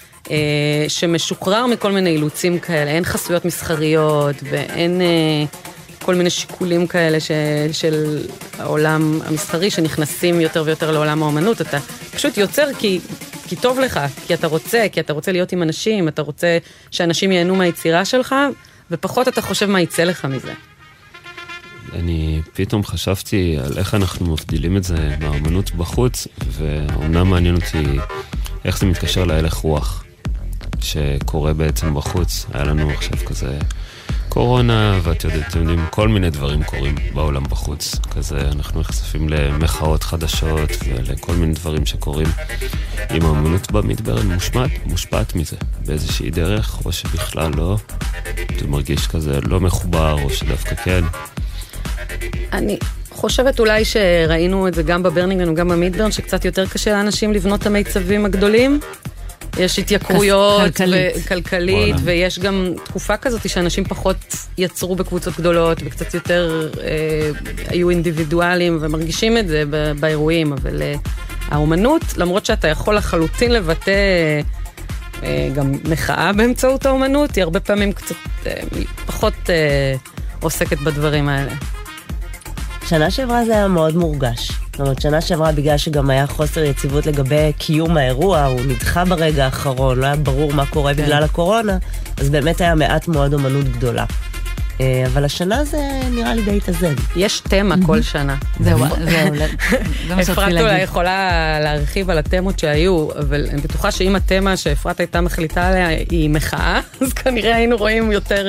שמשוחרר מכל מיני אילוצים כאלה, אין חסויות מסחריות, ואין כל מיני שיקולים כאלה של העולם המסחרי, שנכנסים יותר ויותר לעולם האומנות, אתה פשוט יוצר כי... כי טוב לך, כי אתה רוצה, כי אתה רוצה להיות עם אנשים, אתה רוצה שאנשים ייהנו מהיצירה שלך, ופחות אתה חושב מה יצא לך מזה.
אני פתאום חשבתי על איך אנחנו מבדילים את זה מהאמנות בחוץ, ואומנם מעניין אותי איך זה מתקשר להלך רוח, שקורה בעצם בחוץ. היה לנו עכשיו כזה קורונה, ואת יודעת, יודעים, כל מיני דברים קורים בעולם בחוץ. כזה אנחנו נחשפים למחאות חדשות ולכל מיני דברים שקורים. אם האמנות במדברן מושפעת, מושפעת מזה באיזושהי דרך, או שבכלל לא. זה מרגיש כזה לא מחובר, או שדווקא כן.
אני חושבת אולי שראינו את זה גם בברנינגמן וגם במדברן, שקצת יותר קשה לאנשים לבנות את המיצבים הגדולים. יש התייקרויות וכלכלית, ויש גם תקופה כזאת שאנשים פחות יצרו בקבוצות גדולות, וקצת יותר אה, היו אינדיבידואלים, ומרגישים את זה באירועים, אבל אה, האומנות, למרות שאתה יכול לחלוטין לבטא אה, גם מחאה באמצעות האומנות, היא הרבה פעמים קצת אה, פחות אה, עוסקת בדברים האלה.
שנה שעברה זה היה מאוד מורגש. זאת אומרת, שנה שעברה בגלל שגם היה חוסר יציבות לגבי קיום האירוע, הוא נדחה ברגע האחרון, לא היה ברור מה קורה בגלל הקורונה, אז באמת היה מעט מאוד אומנות גדולה. אבל השנה זה נראה לי די תזן.
יש תמה כל שנה.
זהו, זהו.
אפרת אולי יכולה להרחיב על התמות שהיו, אבל אני בטוחה שאם התמה שאפרת הייתה מחליטה עליה היא מחאה, אז כנראה היינו רואים יותר...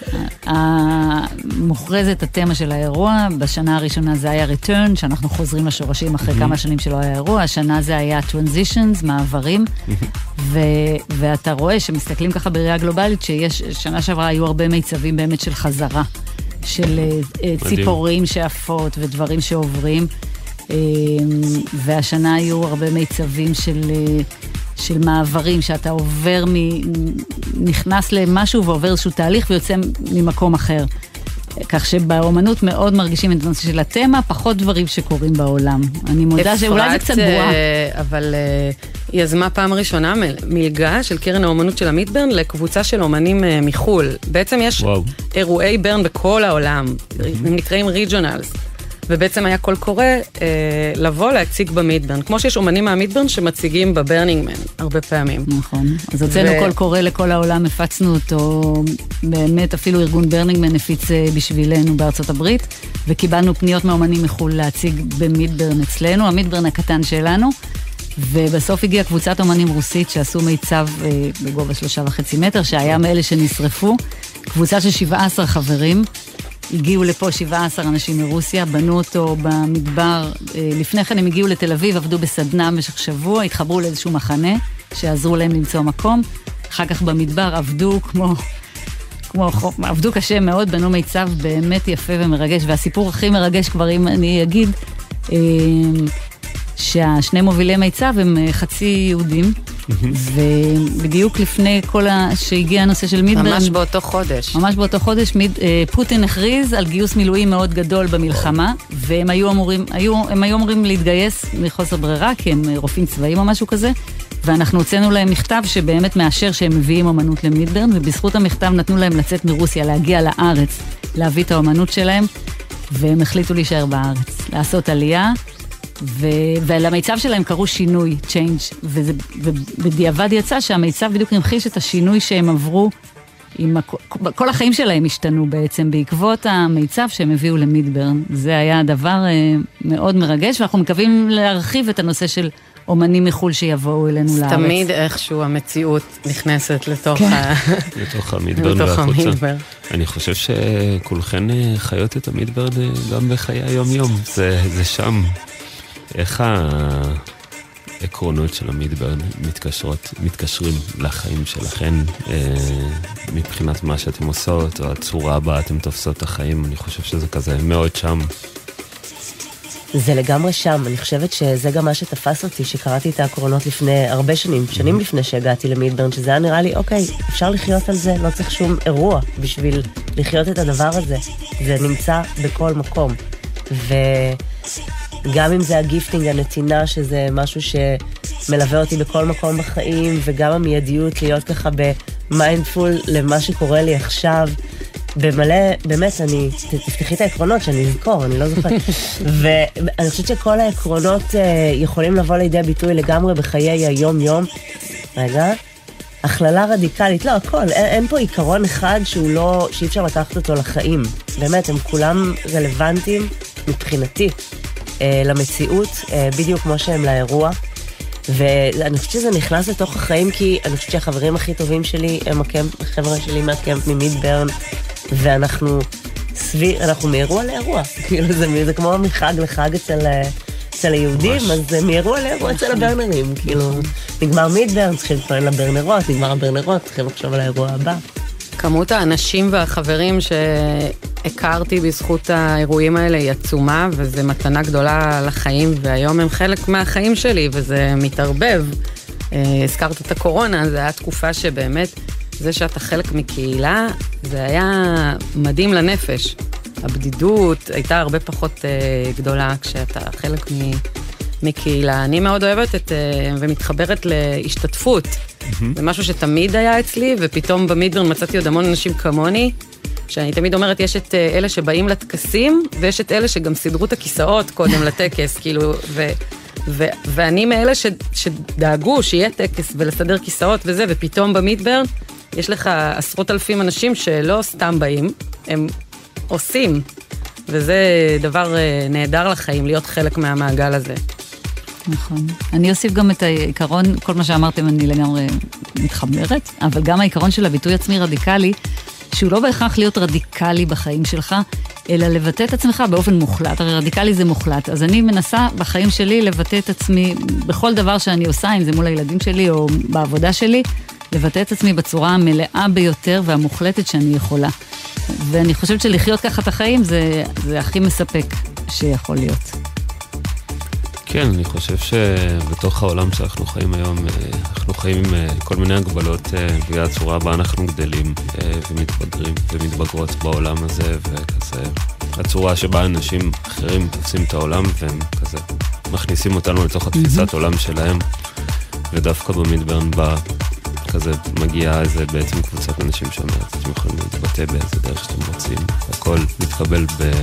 מוכרזת התמה של האירוע, בשנה הראשונה זה היה return, שאנחנו חוזרים לשורשים אחרי כמה שנים שלא היה אירוע, השנה זה היה transitions, מעברים, ואתה רואה שמסתכלים ככה בראייה גלובלית, שיש, שנה שעברה היו הרבה מיצבים באמת של חזרה, של ציפורים שעפות ודברים שעוברים, והשנה היו הרבה מיצבים של, של מעברים, שאתה עובר, מ, נכנס למשהו ועובר איזשהו תהליך ויוצא ממקום אחר. כך שבאומנות מאוד מרגישים את הנושא של התמה, פחות דברים שקורים בעולם. אני מודה שאולי זה קצת בועה.
אבל היא יזמה פעם ראשונה מלגה של קרן האומנות של המידברן לקבוצה של אומנים מחול. בעצם יש אירועי ברן בכל העולם, הם נקראים ריג'ונלס. ובעצם היה קול קורא אה, לבוא להציג במידברן, כמו שיש אומנים מהמידברן שמציגים בברנינגמן הרבה פעמים.
נכון, אז הוצאנו ו... קול קורא לכל העולם, הפצנו אותו, באמת אפילו ארגון ברנינגמן הפיץ בשבילנו בארצות הברית, וקיבלנו פניות מהאומנים מחול להציג במידברן אצלנו, המידברן הקטן שלנו, ובסוף הגיעה קבוצת אומנים רוסית שעשו מיצב אה, בגובה שלושה וחצי מטר, שהיה מאלה שנשרפו, קבוצה של שבעה עשר חברים, הגיעו לפה שבעה עשר אנשים מרוסיה, בנו אותו במדבר, לפני כן הם הגיעו לתל אביב, עבדו בסדנה במשך שבוע, התחברו לאיזשהו מחנה, שעזרו להם למצוא מקום, אחר כך במדבר עבדו כמו, כמו, עבדו קשה מאוד, בנו מיצב באמת יפה ומרגש, והסיפור הכי מרגש כבר אם אני אגיד, שהשני מובילי מיצב הם חצי יהודים, ובדיוק לפני כל ה... שהגיע הנושא של מידברן...
ממש באותו חודש.
ממש באותו חודש, מיד... פוטין הכריז על גיוס מילואים מאוד גדול במלחמה, והם היו אמורים, היו, הם היו אמורים להתגייס מחוסר ברירה, כי הם רופאים צבאיים או משהו כזה, ואנחנו הוצאנו להם מכתב שבאמת מאשר שהם מביאים אומנות למידברן, ובזכות המכתב נתנו להם לצאת מרוסיה, להגיע לארץ, להביא את האומנות שלהם, והם החליטו להישאר בארץ, לעשות עלייה, ו... ולמיצב שלהם קראו שינוי, change, וזה... ובדיעבד יצא שהמיצב בדיוק המחיש את השינוי שהם עברו, עם... כל החיים שלהם השתנו בעצם בעקבות המיצב שהם הביאו למידברן. זה היה דבר מאוד מרגש, ואנחנו מקווים להרחיב את הנושא של אומנים מחול שיבואו אלינו לארץ.
תמיד איכשהו המציאות נכנסת לתוך, ה...
לתוך המידברן והחוצה. אני חושב שכולכן חיות את המידברן גם בחיי היום-יום. זה, זה שם. איך העקרונות של המידברן מתקשרות, מתקשרים לחיים שלכן, מבחינת מה שאתם עושות, או הצורה הבאה אתם תופסות את החיים? אני חושב שזה כזה מאוד שם.
זה לגמרי שם, אני חושבת שזה גם מה שתפס אותי, שקראתי את העקרונות לפני הרבה שנים, שנים לפני שהגעתי למידברן, שזה היה נראה לי, אוקיי, אפשר לחיות על זה, לא צריך שום אירוע בשביל לחיות את הדבר הזה. זה נמצא בכל מקום. וגם אם זה הגיפטינג, הנתינה, שזה משהו שמלווה אותי בכל מקום בחיים, וגם המיידיות להיות ככה במיינדפול למה שקורה לי עכשיו, במלא, באמת, אני, תפתחי את העקרונות שאני אזכור, אני לא זוכרת. ואני חושבת שכל העקרונות יכולים לבוא לידי ביטוי לגמרי בחיי היום-יום. רגע, הכללה רדיקלית, לא, הכל, אין, אין פה עיקרון אחד שהוא לא, שאי אפשר לקחת אותו לחיים. באמת, הם כולם רלוונטיים מבחינתי למציאות, בדיוק כמו שהם לאירוע. ואני חושבת שזה נכנס לתוך החיים, כי אני חושבת שהחברים הכי טובים שלי הם החבר'ה שלי מהקמפ ממידברן, ואנחנו סביב, אנחנו מאירוע לאירוע, כאילו זה, זה כמו מחג לחג אצל, אצל היהודים, ממש. אז זה מאירוע לאירוע אצל הברנרים, כאילו נגמר מידברן, צריכים לפעמים לברנרות, נגמר הברנרות, צריכים לחשוב על האירוע הבא.
כמות האנשים והחברים שהכרתי בזכות האירועים האלה היא עצומה, וזה מתנה גדולה לחיים, והיום הם חלק מהחיים שלי, וזה מתערבב. הזכרת את הקורונה, זו הייתה תקופה שבאמת, זה שאתה חלק מקהילה, זה היה מדהים לנפש. הבדידות הייתה הרבה פחות גדולה כשאתה חלק מקהילה. אני מאוד אוהבת את, ומתחברת להשתתפות. זה משהו שתמיד היה אצלי, ופתאום במידברן מצאתי עוד המון אנשים כמוני, שאני תמיד אומרת, יש את אלה שבאים לטקסים, ויש את אלה שגם סידרו את הכיסאות קודם לטקס, כאילו, ו, ו, ואני מאלה ש, שדאגו שיהיה טקס ולסדר כיסאות וזה, ופתאום במידברן יש לך עשרות אלפים אנשים שלא סתם באים, הם עושים, וזה דבר נהדר לחיים, להיות חלק מהמעגל הזה.
נכון. אני אוסיף גם את העיקרון, כל מה שאמרתם אני לגמרי מתחברת, אבל גם העיקרון של הביטוי עצמי רדיקלי, שהוא לא בהכרח להיות רדיקלי בחיים שלך, אלא לבטא את עצמך באופן מוחלט. הרי רדיקלי זה מוחלט. אז אני מנסה בחיים שלי לבטא את עצמי בכל דבר שאני עושה, אם זה מול הילדים שלי או בעבודה שלי, לבטא את עצמי בצורה המלאה ביותר והמוחלטת שאני יכולה. ואני חושבת שלחיות ככה את החיים זה, זה הכי מספק שיכול להיות.
כן, אני חושב שבתוך העולם שאנחנו חיים היום, אנחנו חיים עם כל מיני הגבלות בגלל הצורה בה אנחנו גדלים ומתבגרים ומתבגרות בעולם הזה, וכזה הצורה שבה אנשים אחרים תופסים את העולם והם כזה מכניסים אותנו לתוך התפיסת עולם שלהם, ודווקא במידברן בה כזה מגיעה איזה בעצם קבוצת אנשים שאומרת, אתם יכולים להתבטא באיזה דרך שאתם רוצים, הכל מתקבל ב...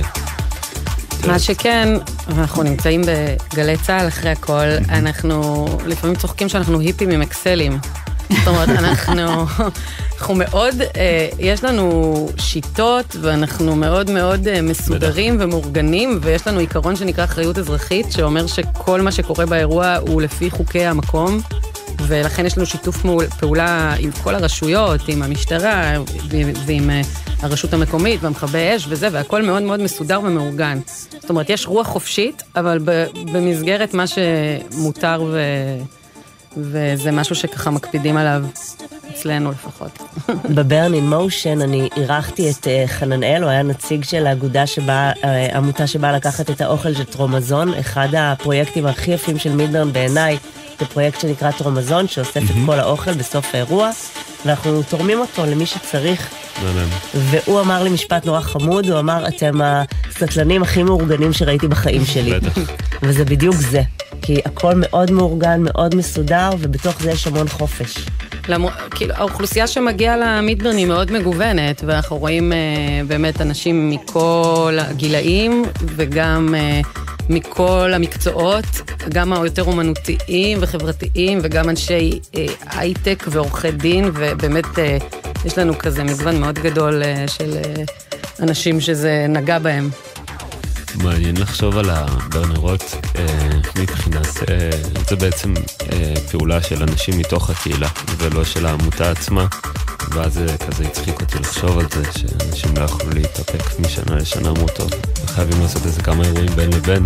מה שכן, אנחנו נמצאים בגלי צהל אחרי הכל, אנחנו לפעמים צוחקים שאנחנו היפים עם אקסלים. זאת אומרת, אנחנו, אנחנו מאוד, יש לנו שיטות, ואנחנו מאוד מאוד מסודרים ומאורגנים, ויש לנו עיקרון שנקרא אחריות אזרחית, שאומר שכל מה שקורה באירוע הוא לפי חוקי המקום, ולכן יש לנו שיתוף פעולה עם כל הרשויות, עם המשטרה, ועם הרשות המקומית, והמכבי אש וזה, והכל מאוד מאוד מסודר ומאורגן. זאת אומרת, יש רוח חופשית, אבל במסגרת מה שמותר, ו... וזה משהו שככה מקפידים עליו, אצלנו לפחות.
בברן אין מושן אני אירחתי את חננאל, הוא היה נציג של האגודה שבה, עמותה שבאה לקחת את האוכל של טרומזון, אחד הפרויקטים הכי יפים של מידברן בעיניי, זה פרויקט שנקרא טרומזון, שאוסף את כל האוכל בסוף האירוע, ואנחנו תורמים אותו למי שצריך. והוא אמר לי משפט נורא חמוד, הוא אמר, אתם הסטלנים הכי מאורגנים שראיתי בחיים שלי. וזה בדיוק זה, כי הכל מאוד מאורגן, מאוד מסודר, ובתוך זה יש המון חופש.
כאילו, האוכלוסייה שמגיעה למידברן היא מאוד מגוונת, ואנחנו רואים באמת אנשים מכל הגילאים, וגם מכל המקצועות, גם היותר אומנותיים וחברתיים, וגם אנשי הייטק ועורכי דין, ובאמת יש לנו כזה מגוון מאוד גדול של אנשים שזה נגע בהם.
מעניין לחשוב על הברנרות מבחינת, זה בעצם פעולה של אנשים מתוך הקהילה, ולא של העמותה עצמה, ואז זה כזה הצחיק אותי לחשוב על זה, שאנשים לא יכולו להתאפק משנה לשנה מוטו, וחייבים לעשות איזה כמה אירועים בין לבין.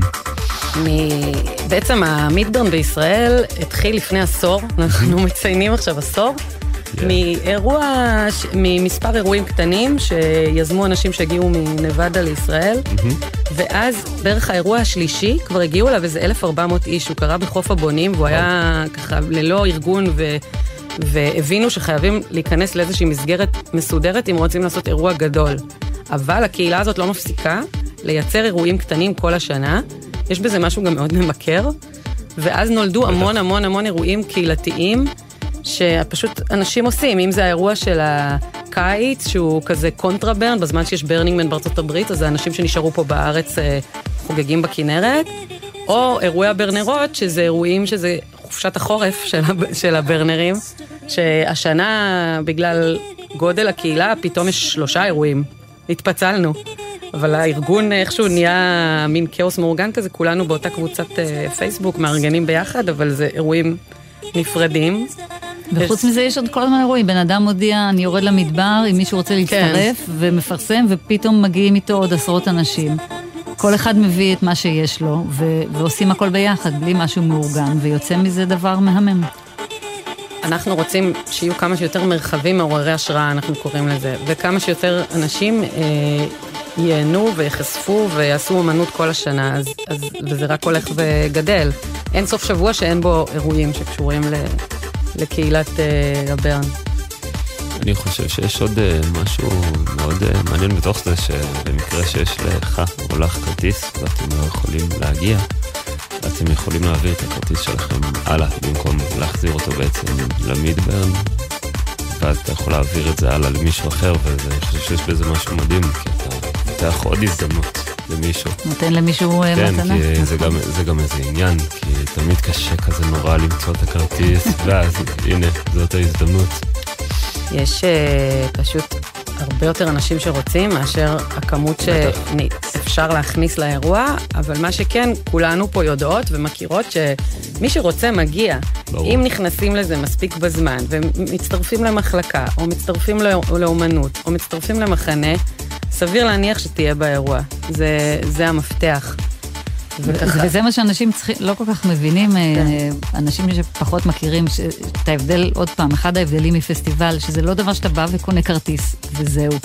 בעצם המידברן בישראל התחיל לפני עשור, אנחנו מציינים עכשיו עשור, מאירוע, ממספר אירועים קטנים שיזמו אנשים שהגיעו מנבדה לישראל, ואז בערך האירוע השלישי כבר הגיעו אליו איזה אלף וארבע מאות איש, הוא קרה בחוף הבונים, והוא היה ככה ללא ארגון, ו... והבינו שחייבים להיכנס לאיזושהי מסגרת מסודרת אם רוצים לעשות אירוע גדול. אבל הקהילה הזאת לא מפסיקה לייצר אירועים קטנים כל השנה, יש בזה משהו גם מאוד ממכר, ואז נולדו המון המון המון אירועים קהילתיים, שפשוט אנשים עושים, אם זה האירוע של הקיץ, שהוא כזה קונטרברן, בזמן שיש ברנינגמן בארצות הברית, אז זה אנשים שנשארו פה בארץ חוגגים בכנרת, או אירועי הברנרות, שזה אירועים שזה חופשת החורף של, של הברנרים, שהשנה בגלל גודל הקהילה, פתאום יש שלושה אירועים, התפצלנו. אבל הארגון איכשהו נהיה מין כאוס מאורגן כזה, כולנו באותה קבוצת פייסבוק, מארגנים ביחד, אבל זה אירועים נפרדים.
וחוץ מזה יש עוד כל הזמן אירועים, בן אדם מודיע, אני יורד למדבר, אם מישהו רוצה להצטרף, ומפרסם, ופתאום מגיעים איתו עוד עשרות אנשים. כל אחד מביא את מה שיש לו, ועושים הכל ביחד, בלי משהו מאורגן, ויוצא מזה דבר מהמם.
אנחנו רוצים שיהיו כמה שיותר מרחבים מעוררי השראה, אנחנו קוראים לזה, וכמה שיותר אנשים אה, ייהנו ויחשפו ויעשו אומנות כל השנה, אז, אז, וזה רק הולך וגדל. אין סוף שבוע שאין בו אירועים שקשורים ל, לקהילת אה, הברן.
אני חושב שיש עוד משהו מאוד מעניין בתוך זה, שבמקרה שיש לך או לך כרטיס ואתם לא יכולים להגיע, אתם יכולים להעביר את הכרטיס שלכם הלאה, במקום להחזיר אותו בעצם למידברן, ואז אתה יכול להעביר את זה הלאה למישהו אחר, ואני חושב שיש בזה משהו מדהים, כי אתה פותח עוד הזדמנות למישהו.
נותן למישהו
כן,
מתנה.
כן, כי זה גם, זה גם איזה עניין, כי תמיד קשה כזה נורא למצוא את הכרטיס, ואז הנה, זאת ההזדמנות.
יש uh, פשוט הרבה יותר אנשים שרוצים מאשר הכמות שאפשר להכניס לאירוע, אבל מה שכן, כולנו פה יודעות ומכירות שמי שרוצה מגיע. ברור. אם נכנסים לזה מספיק בזמן, ומצטרפים למחלקה, או מצטרפים לאומנות, או מצטרפים למחנה, סביר להניח שתהיה באירוע. זה, זה המפתח.
וזה מה שאנשים צריכים, לא כל כך מבינים, אנשים שפחות מכירים, את ההבדל, עוד פעם, אחד ההבדלים מפסטיבל, שזה לא דבר שאתה בא וקונה כרטיס, וזהו.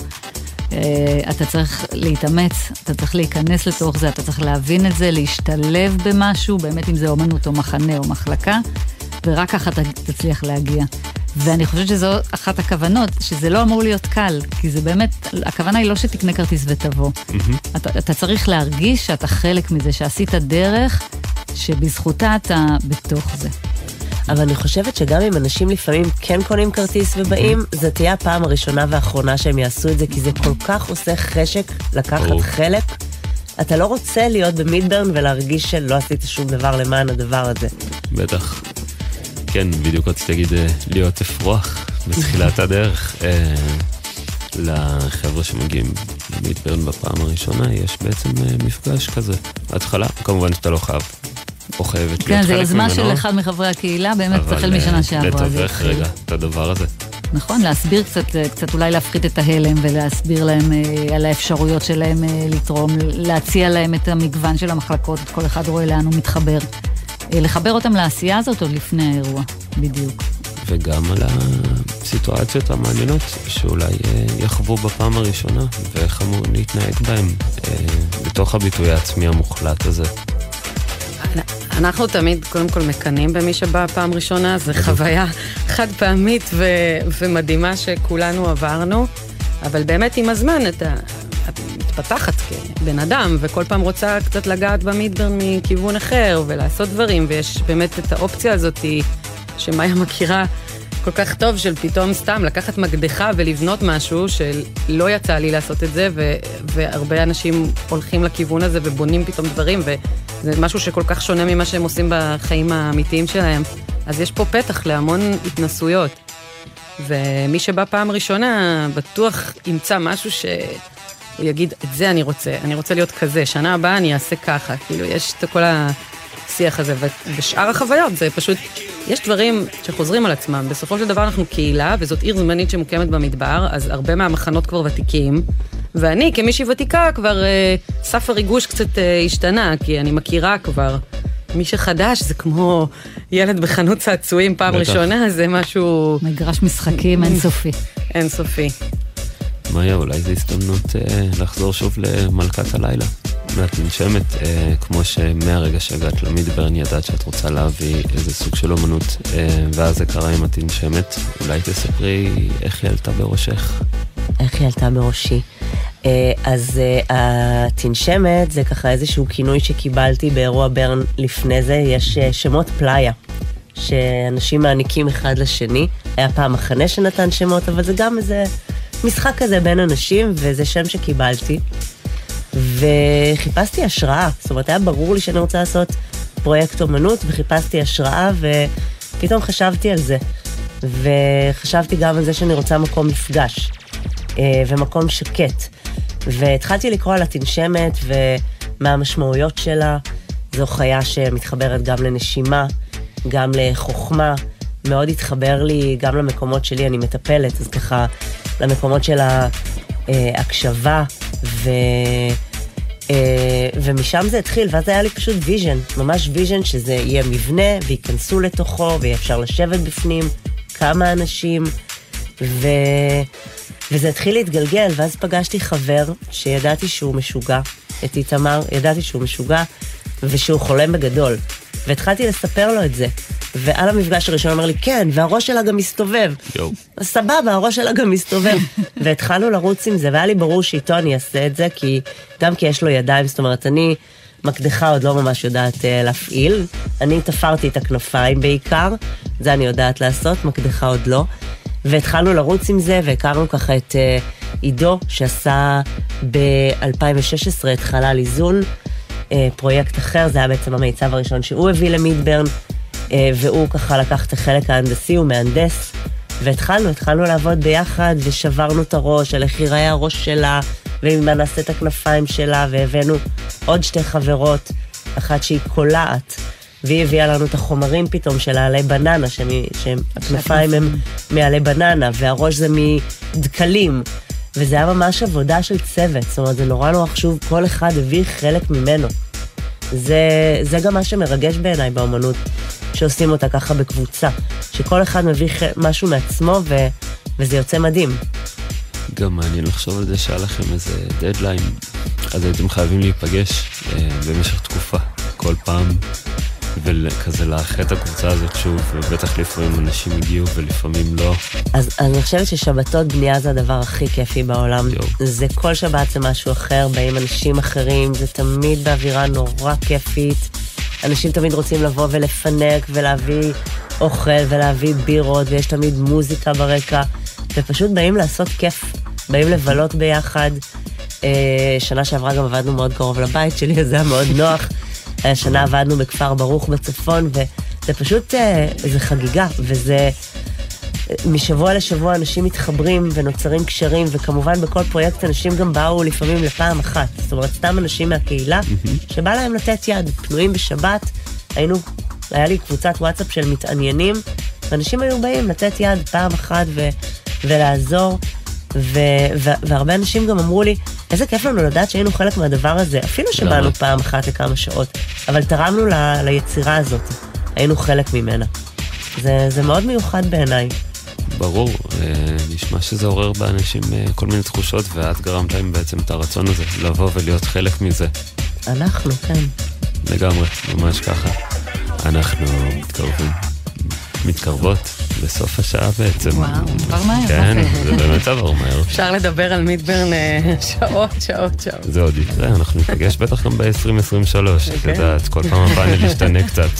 אתה צריך להתאמץ, אתה צריך להיכנס לתוך זה, אתה צריך להבין את זה, להשתלב במשהו, באמת אם זה אומנות או מחנה או מחלקה, ורק ככה אתה תצליח להגיע. ואני חושבת שזו אחת הכוונות, שזה לא אמור להיות קל, כי זה באמת, הכוונה היא לא שתקנה כרטיס ותבוא. Mm-hmm. אתה, אתה צריך להרגיש שאתה חלק מזה, שעשית דרך, שבזכותה אתה בתוך זה.
אבל אני חושבת שגם אם אנשים לפעמים כן קונים כרטיס ובאים, mm-hmm. זה תהיה הפעם הראשונה והאחרונה שהם יעשו את זה, כי זה כל כך עושה חשק לקחת oh. חלק. אתה לא רוצה להיות במידברן ולהרגיש שלא עשית שום דבר למען הדבר הזה.
בטח. כן, בדיוק רציתי להגיד להיות אפרוח בתחילת הדרך. לחבר'ה שמגיעים למידברן בפעם הראשונה, יש בעצם מפגש כזה. התחלה, כמובן שאתה לא חייב, או חייבת להיות חלק ממנו.
כן, זה יוזמה של אחד מחברי הקהילה, באמת תחל משנה שעברה.
אבל לתווך רגע את הדבר הזה.
נכון, להסביר קצת, קצת אולי להפחית את ההלם, ולהסביר להם על האפשרויות שלהם לתרום, להציע להם את המגוון של המחלקות, את כל אחד רואה לאן הוא מתחבר. לחבר אותם לעשייה הזאת עוד לפני האירוע, בדיוק.
וגם על הסיטואציות המעניינות שאולי יחוו בפעם הראשונה, ואיך אמור להתנהג בהם בתוך הביטוי העצמי המוחלט הזה.
אנחנו תמיד קודם כל מקנים במי שבא פעם ראשונה, זה חוויה חד פעמית ו- ומדהימה שכולנו עברנו, אבל באמת עם הזמן אתה... את מתפתחת כבן אדם, וכל פעם רוצה קצת לגעת במידברן מכיוון אחר, ולעשות דברים, ויש באמת את האופציה הזאת, שמאיה מכירה כל כך טוב, של פתאום סתם לקחת מקדחה ולבנות משהו, שלא יצא לי לעשות את זה, ו- והרבה אנשים הולכים לכיוון הזה, ובונים פתאום דברים, וזה משהו שכל כך שונה ממה שהם עושים בחיים האמיתיים שלהם. אז יש פה פתח להמון התנסויות, ומי שבא פעם ראשונה, בטוח ימצא משהו ש... הוא יגיד, את זה אני רוצה, אני רוצה להיות כזה, שנה הבאה אני אעשה ככה, כאילו יש את כל השיח הזה, ושאר החוויות זה פשוט, יש דברים שחוזרים על עצמם, בסופו של דבר אנחנו קהילה, וזאת עיר זמנית שמוקמת במדבר, אז הרבה מהמחנות כבר ותיקים, ואני כמישהי ותיקה כבר, סף הריגוש קצת השתנה, כי אני מכירה כבר מי שחדש זה כמו ילד בחנות צעצועים פעם
בטח.
ראשונה, זה משהו...
מגרש משחקים אינסופי.
אינסופי.
מאיה, אולי זו הזדמנות אה, לחזור שוב למלכת הלילה. ואת ננשמת, אה, כמו שמהרגע שהגעת למידברן ידעת שאת רוצה להביא איזה סוג של אומנות, אה, ואז זה קרה עם התנשמת. אולי תספרי איך היא עלתה בראשך.
איך היא עלתה בראשי. אה, אז אה, התנשמת זה ככה איזשהו כינוי שקיבלתי באירוע ברן לפני זה. יש אה, שמות פלאיה, שאנשים מעניקים אחד לשני. היה פעם מחנה שנתן שמות, אבל זה גם איזה משחק כזה בין אנשים, וזה שם שקיבלתי. וחיפשתי השראה, זאת אומרת, היה ברור לי שאני רוצה לעשות פרויקט אומנות, וחיפשתי השראה, ופתאום חשבתי על זה. וחשבתי גם על זה שאני רוצה מקום מפגש, ומקום שקט. והתחלתי לקרוא על התנשמת, ומה המשמעויות שלה. זו חיה שמתחברת גם לנשימה, גם לחוכמה. מאוד התחבר לי גם למקומות שלי, אני מטפלת, אז ככה, למקומות של ההקשבה, ו... ומשם זה התחיל, ואז היה לי פשוט ויז'ן, ממש ויז'ן שזה יהיה מבנה, וייכנסו לתוכו, ויהיה אפשר לשבת בפנים, כמה אנשים, ו... וזה התחיל להתגלגל, ואז פגשתי חבר שידעתי שהוא משוגע, את איתמר, ידעתי שהוא משוגע, ושהוא חולם בגדול, והתחלתי לספר לו את זה, ועל המפגש הראשון אמר לי, כן, והראש שלה גם מסתובב.
יו.
סבבה, הראש שלה גם מסתובב. והתחלנו לרוץ עם זה, והיה לי ברור שאיתו אני אעשה את זה, כי גם כי יש לו ידיים, זאת אומרת, אני מקדחה עוד לא ממש יודעת uh, להפעיל, אני תפרתי את הכנפיים בעיקר, זה אני יודעת לעשות, מקדחה עוד לא, והתחלנו לרוץ עם זה, והכרנו ככה את uh, עידו, שעשה ב-אלפיים ושש עשרה את חלל איזון, uh, פרויקט אחר, זה היה בעצם המיצב הראשון שהוא הביא למידברן, והוא ככה לקח את החלק ההנדסי, הוא מהנדס, והתחלנו, התחלנו לעבוד ביחד, ושברנו את הראש, על איך ייראה הראש שלה, ומה נעשה את הכנפיים שלה, והבאנו עוד שתי חברות, אחת שהיא קולעת, והיא הביאה לנו את החומרים פתאום של העלי בננה, שהכנפיים הם מעלי בננה, והראש זה מדקלים, וזה היה ממש עבודה של צוות, זאת אומרת, זה נורא נורא חשוב, כל אחד הביא חלק ממנו. זה, זה גם מה שמרגש בעיניי באומנות, שעושים אותה ככה בקבוצה, שכל אחד מביא משהו מעצמו, ו, וזה יוצא מדהים.
גם מעניין לחשוב על זה שהיה לכם איזה דדליין, אז הייתם חייבים להיפגש אה, במשך תקופה, כל פעם, וכזה לאחד את הקבוצה הזאת שוב, ובטח לפעמים אנשים הגיעו ולפעמים לא.
אז, אז אני חושבת ששבתות בנייה זה הדבר הכי כיפי בעולם. יו. זה כל שבת זה משהו אחר, באים אנשים אחרים, זה תמיד באווירה נורא כיפית. אנשים תמיד רוצים לבוא ולפנק ולהביא אוכל ולהביא בירות, ויש תמיד מוזיקה ברקע, ופשוט באים לעשות כיף, באים לבלות ביחד. שנה שעברה גם עבדנו מאוד קרוב לבית שלי, אז זה היה מאוד נוח. השנה עבדנו בכפר ברוך בצפון, וזה פשוט איזו חגיגה, וזה משבוע לשבוע אנשים מתחברים ונוצרים קשרים, וכמובן בכל פרויקט אנשים גם באו לפעמים לפעם אחת, זאת אומרת סתם אנשים מהקהילה, שבא להם לתת יד, פנויים בשבת, היינו, היה לי קבוצת וואטסאפ של מתעניינים, ואנשים היו באים לתת יד פעם אחת ו- ולעזור, ו- ו- והרבה אנשים גם אמרו לי, איזה כיף לנו לדעת שהיינו חלק מהדבר הזה, אפילו שבאנו פעם אחת לכמה שעות, אבל תרמנו ל- ליצירה הזאת, היינו חלק ממנה. זה, זה מאוד מיוחד בעיניי.
ברור, נשמע שזה עורר באנשים כל מיני תחושות, ואת גרמת להם בעצם את הרצון הזה, לבוא ולהיות חלק מזה.
אנחנו, כן.
לגמרי, ממש ככה. אנחנו מתקרבים, מתקרבות לסוף השעה בעצם.
וואו, עבר מהר.
כן, זה באמת עבר מהר.
אפשר לדבר על מידברן שעות, שעות, שעות. זה
עוד יקרה, אנחנו נפגש בטח גם ב-עשרים עשרים ושלוש, את יודעת, כל פעם הפאנל ישתנה קצת.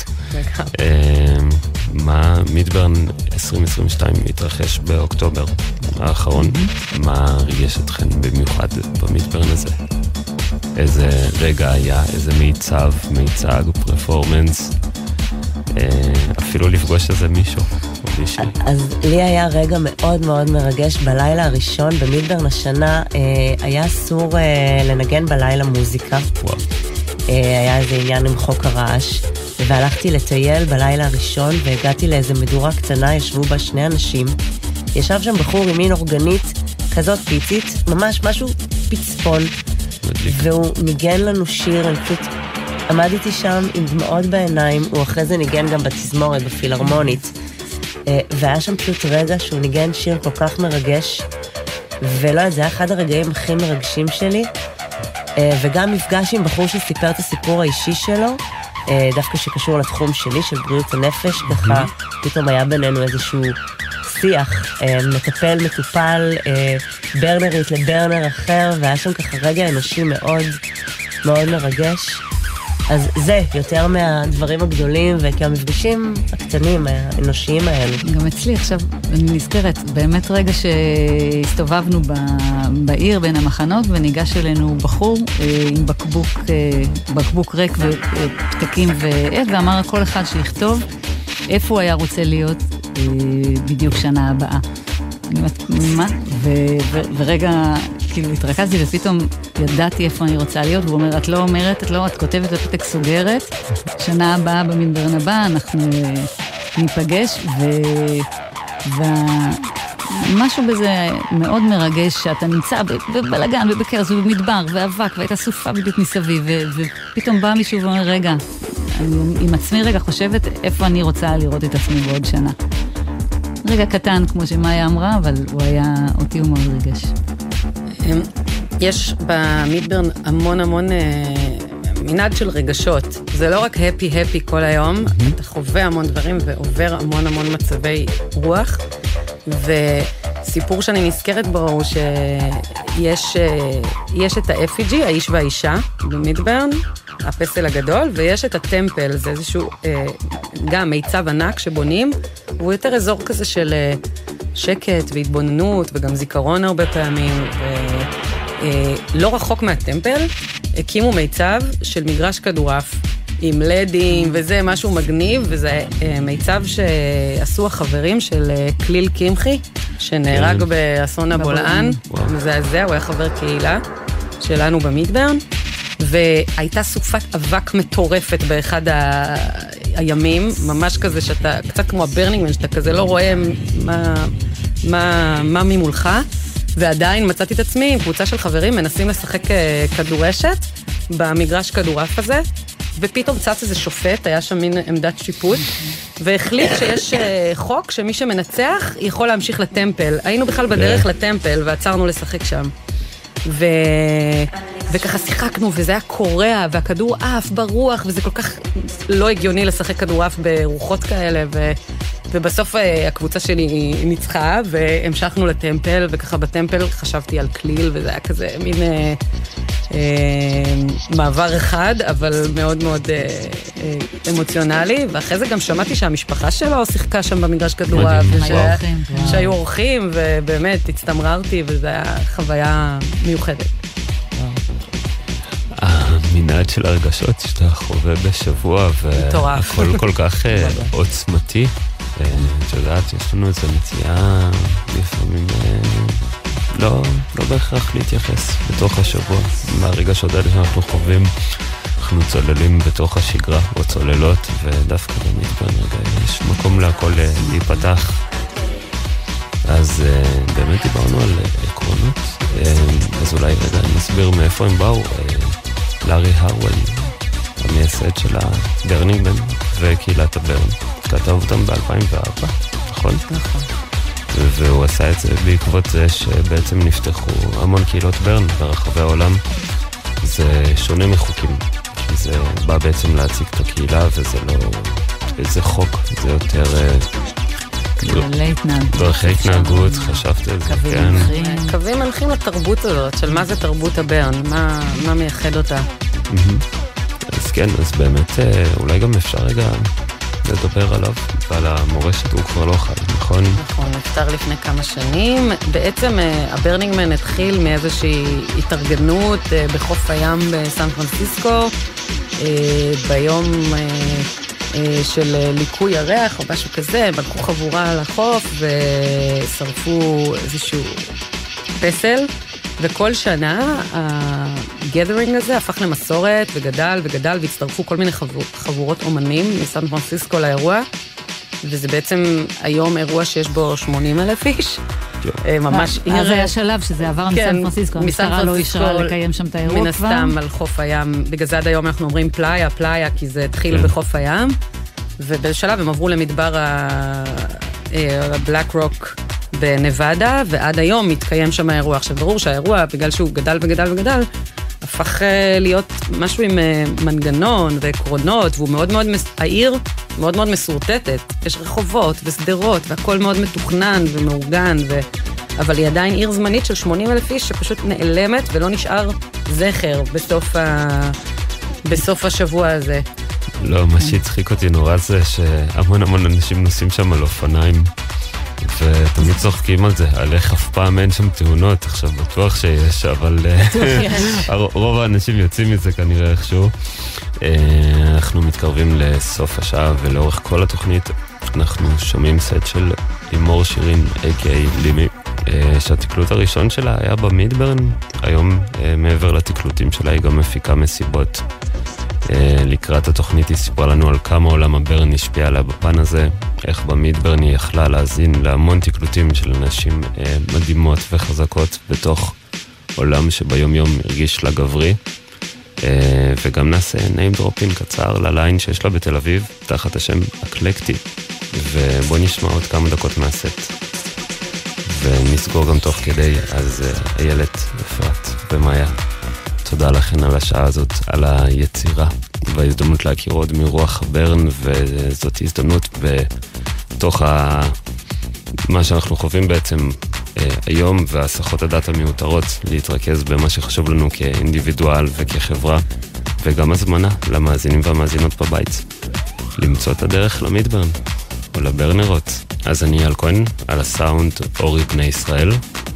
מה מידברן עשרים עשרים ושתיים מתרחש באוקטובר האחרון, מה ריגש אתכן במיוחד במידברן הזה? איזה רגע היה, איזה מיצב, מיצג, פרפורמנס, אפילו לפגוש איזה מישהו או מישהי.
אז לי היה רגע מאוד מאוד מרגש בלילה הראשון במידברן השנה, היה אסור לנגן בלילה מוזיקה.
וואו.
היה איזה עניין עם חוק הרעש, והלכתי לטייל בלילה הראשון, והגעתי לאיזה מדורה קטנה, ישבו בה שני אנשים, ישב שם בחור עם מין אורגנית כזאת פיצית, ממש משהו פצפון, והוא ניגן לנו שיר, אני פשוט עמדתי שם עם דמעות בעיניים, הוא אחרי זה ניגן גם בתזמורת, בפילהרמונית, והיה שם פשוט רגע שהוא ניגן שיר כל כך מרגש, ולא, זה היה אחד הרגעים הכי מרגשים שלי, וגם מפגש עם בחור שסיפר את הסיפור האישי שלו, דווקא שקשור לתחום שלי, של בריאות הנפש, ככה פתאום היה בינינו איזשהו שיח, מטפל, מטופל, ברנרית לברנר אחר, והיה שם ככה רגע אנושי מאוד מאוד מרגש. אז זה יותר מהדברים הגדולים וכמפגשים הקטנים, האנושיים האלו.
גם אצלי עכשיו, אני נזכרת, באמת רגע שהסתובבנו בעיר בין המחנות, וניגש אלינו בחור עם בקבוק, בקבוק ריק ופתקים ועט, ואמר כל אחד שיכתוב איפה הוא היה רוצה להיות בדיוק שנה הבאה. אני אומרת, מה? ורגע, כאילו, התרכזתי ופתאום ידעתי איפה אני רוצה להיות, והוא אומר, את לא אומרת, את לא, את כותבת בפתק סוגרת, שנה הבאה במדברן הבא, אנחנו ניפגש, ומשהו בזה מאוד מרגש, שאתה נמצא בבלגן ובקרס ובמדבר, ואבק, והייתה סופה בדיוק מסביב, ופתאום בא מישהו ואומר, רגע, אני עם עצמי רגע חושבת איפה אני רוצה לראות את עצמי בעוד שנה. רגע קטן, כמו שמאיה אמרה, אבל הוא היה, אותי הוא מאוד רגש.
יש במידברן המון המון מנעד של רגשות. זה לא רק הפי הפי כל היום, אתה חווה המון דברים ועובר המון המון מצבי רוח, וסיפור שאני נזכרת בו הוא שיש יש את ה-אפיג'י, האיש והאישה במידברן, הפסל הגדול, ויש את הטמפל, זה איזשהו גם מיצב ענק שבונים, והוא יותר אזור כזה של שקט והתבוננות, וגם זיכרון הרבה פעמים. לא רחוק מהטמפל, הקימו מיצב של מגרש כדורעף, עם לדים, וזה משהו מגניב, וזה מיצב שעשו החברים של כליל קמחי, שנהרג באסון הבולען, מזעזע, הוא היה חבר קהילה שלנו במידברן, והייתה סופת אבק מטורפת באחד ה... הימים, ממש כזה שאתה, קצת כמו הברנינגמן, שאתה כזה לא רואה מה, מה, מה ממולך, ועדיין מצאתי את עצמי עם קבוצה של חברים, מנסים לשחק כדורשת במגרש כדורעף הזה, ופתאום צץ איזה שופט, היה שם מין עמדת שיפוט, והחליט שיש חוק שמי שמנצח יכול להמשיך לטמפל. היינו בכלל בדרך לטמפל, ועצרנו לשחק שם. ו... וככה שיחקנו, וזה היה קורע, והכדור עף ברוח, וזה כל כך לא הגיוני לשחק כדור עף ברוחות כאלה, ו... ובסוף הקבוצה שלי ניצחה, והמשכנו לטמפל, וככה בטמפל חשבתי על כליל, וזה היה כזה מין אה, אה, מעבר אחד, אבל מאוד מאוד אה, אה, אמוציונלי, ואחרי זה גם שמעתי שהמשפחה שלו שיחקה שם במגרש כדורעף, שה... שהיו אורחים, ובאמת הצטמררתי, וזו היה חוויה מיוחדת.
המנעד של הרגשות שאתה חווה בשבוע, והכל כל כך עוצמתי. את יודעת, יש לנו איזו נטייה לפעמים לא, לא בהכרח להתייחס בתוך השבוע. מהרגשות האלה שאנחנו חווים, אנחנו צוללים בתוך השגרה או צוללות, ודווקא במדברן רגע יש מקום להכל להיפתח. אז באמת דיברנו על עקרונות, אז אולי רגע נסביר מאיפה הם באו. לארי הרוול, המייסד של הברנינג מן וקהילת הברן, כתב אותם ב-אלפיים וארבע, נכון?
נכון.
והוא עשה את זה בעקבות זה שבעצם נפתחו המון קהילות ברן ברחבי העולם. זה שונה מחוקים, כי זה בא בעצם להציג את הקהילה, וזה לא איזה חוק, זה יותר...
כללי התנהגות.
דרכי התנהגות, חשבת את זה, כן.
קווים מנחים לתרבות הזאת, של מה זה תרבות הברן, מה מייחד אותה.
אז כן, אז באמת אולי גם אפשר רגע לדבר עליו, ועל המורשת הוא כבר לא חי, נכון?
נכון, נפטר לפני כמה שנים. בעצם הברנינג מן התחיל מאיזושהי התארגנות בחוף הים בסן פרנסיסקו, ביום... של ליקוי ירח או משהו כזה, הם לקחו חבורה על החוף ושרפו איזשהו פסל, וכל שנה הגדרינג הזה הפך למסורת וגדל וגדל, והצטרפו כל מיני חבור, חבורות אומנים מסן פרנסיסקו לאירוע, וזה בעצם היום אירוע שיש בו שמונים אלף איש, ממש
עיר... אז היה שלב שזה עבר מסן פרנסיסקו, המשטרה לא אישרה לקיים שם את האירוע כבר.
מן הסתם על חוף הים, בגלל זה עד היום אנחנו אומרים פלאיה, פלאיה, כי זה התחיל בחוף הים, ובשלב הם עברו למדבר הבלק רוק בנבדה, ועד היום מתקיים שם האירוע. עכשיו ברור שהאירוע, בגלל שהוא גדל וגדל וגדל, הפך להיות משהו עם מנגנון ועקרונות, והוא מאוד מאוד, העיר מאוד מאוד מסורטטת. יש רחובות וסדרות, והכל מאוד מתוכנן ומאורגן, ו... אבל היא עדיין עיר זמנית של שמונים אלף איש, שפשוט נעלמת ולא נשאר זכר בסוף, ה... בסוף השבוע הזה.
לא, מה שהצחיק אותי נורא זה שהמון המון אנשים נוסעים שם על אופניים, ותמיד צוחקים על זה, על איך אף פעם אין שם תאונות, עכשיו בטוח שיש, אבל רוב האנשים יוצאים מזה כנראה איכשהו. אנחנו מתקרבים לסוף השעה, ולאורך כל התוכנית אנחנו שומעים סט של לימור שירין, איי קיי איי לימי, שהתקלוט הראשון שלה היה במידברן. היום מעבר לתקלוטים שלה היא גם מפיקה מסיבות. לקראת התוכנית היא סיפרה לנו על כמה עולם הברן השפיע עליה בפן הזה, איך במידברן היא יכלה להזין להמון תקלוטים של אנשים מדהימות וחזקות בתוך עולם שביום יום הרגיש לה גברי. וגם נעשה name dropping קצר לליין שיש לה בתל אביב תחת השם אקלקטי, ובוא נשמע עוד כמה דקות מהסט ונסגור גם תוך כדי. אז איילת, אפרת ומאיה, תודה לכן על השעה הזאת, על היצירה וההזדמנות להכיר עוד מרוח הברן, וזאת הזדמנות בתוך ה... מה שאנחנו חווים בעצם אה, היום, והסחות הדת המיותרות, להתרכז במה שחשוב לנו כאינדיבידואל וכחברה, וגם הזמנה למאזינים והמאזינות בבית, למצוא את הדרך למידברן או לברנרות. אז אני אייל כהן, על הסאונד אורי בני ישראל.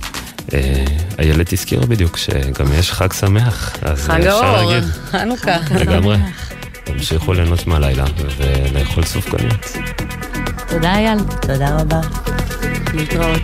איילת הזכירה בדיוק שגם יש חג שמח, אז אפשר להגיד.
חנוכה.
לגמרי. תמשיכו ליהנות מהלילה ולאכול סופגניות.
תודה אייל.
תודה רבה.
להתראות.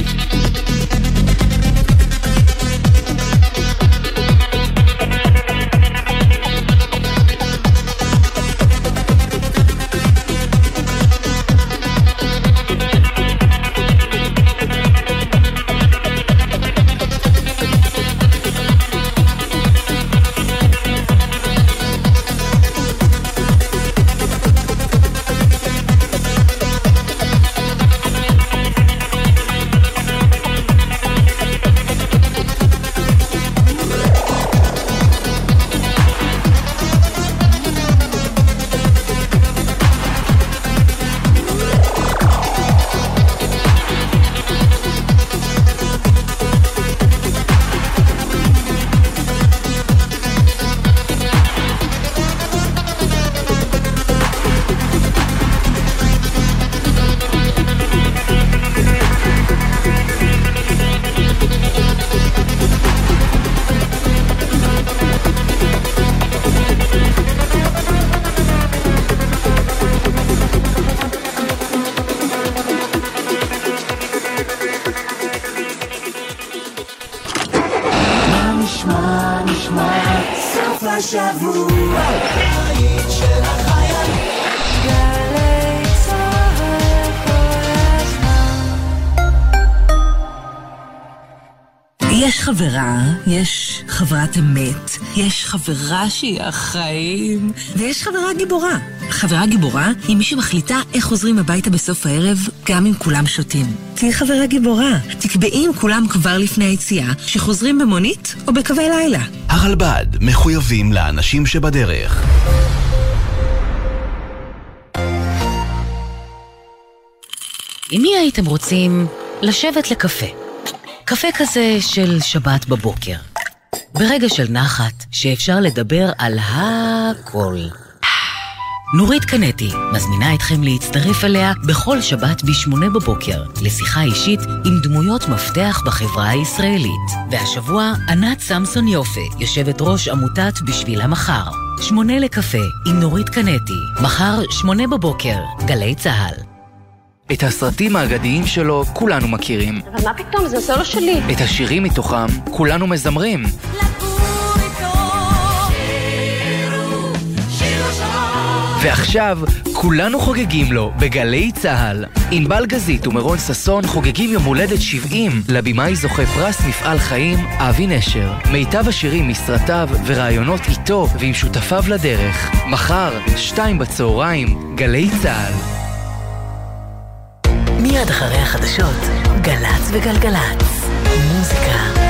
יש חברה, יש חברת אמת, יש חברה שהיא החיים, ויש חברה גיבורה. חברה גיבורה היא מי שמחליטה איך חוזרים הביתה בסוף הערב, גם אם כולם שותים. תהי חברה גיבורה. תקבעי עם כולם כבר לפני היציאה, שחוזרים במונית או בקווי לילה.
הרלב"ד מחויבים לאנשים שבדרך.
עם מי הייתם רוצים לשבת לקפה? קפה כזה של שבת בבוקר. ברגע של נחת שאפשר לדבר על הכל. נורית קנטי מזמינה אתכם להצטרף אליה בכל שבת בשמונה בבוקר לשיחה אישית עם דמויות מפתח בחברה הישראלית. והשבוע ענת סמסון יופי, יושבת ראש עמותת בשביל המחר. שמונה לקפה עם נורית קנטי, מחר שמונה בבוקר, גלי צהל.
את הסרטים האגדיים שלו כולנו מכירים.
אבל מה פתאום, זה סולו שלי.
את השירים מתוכם כולנו מזמרים. ועכשיו כולנו חוגגים לו בגלי צהל. ענבל גזית ומרון ססון חוגגים יום הולדת שבעים לבימאי זוכה פרס מפעל חיים אבי נשר. מיטב השירים מסרטיו ורעיונות איתו ועם שותפיו לדרך. מחר, שתיים בצהריים, גלי צהל.
מיד אחרי החדשות, גלץ וגלגלץ. מוזיקה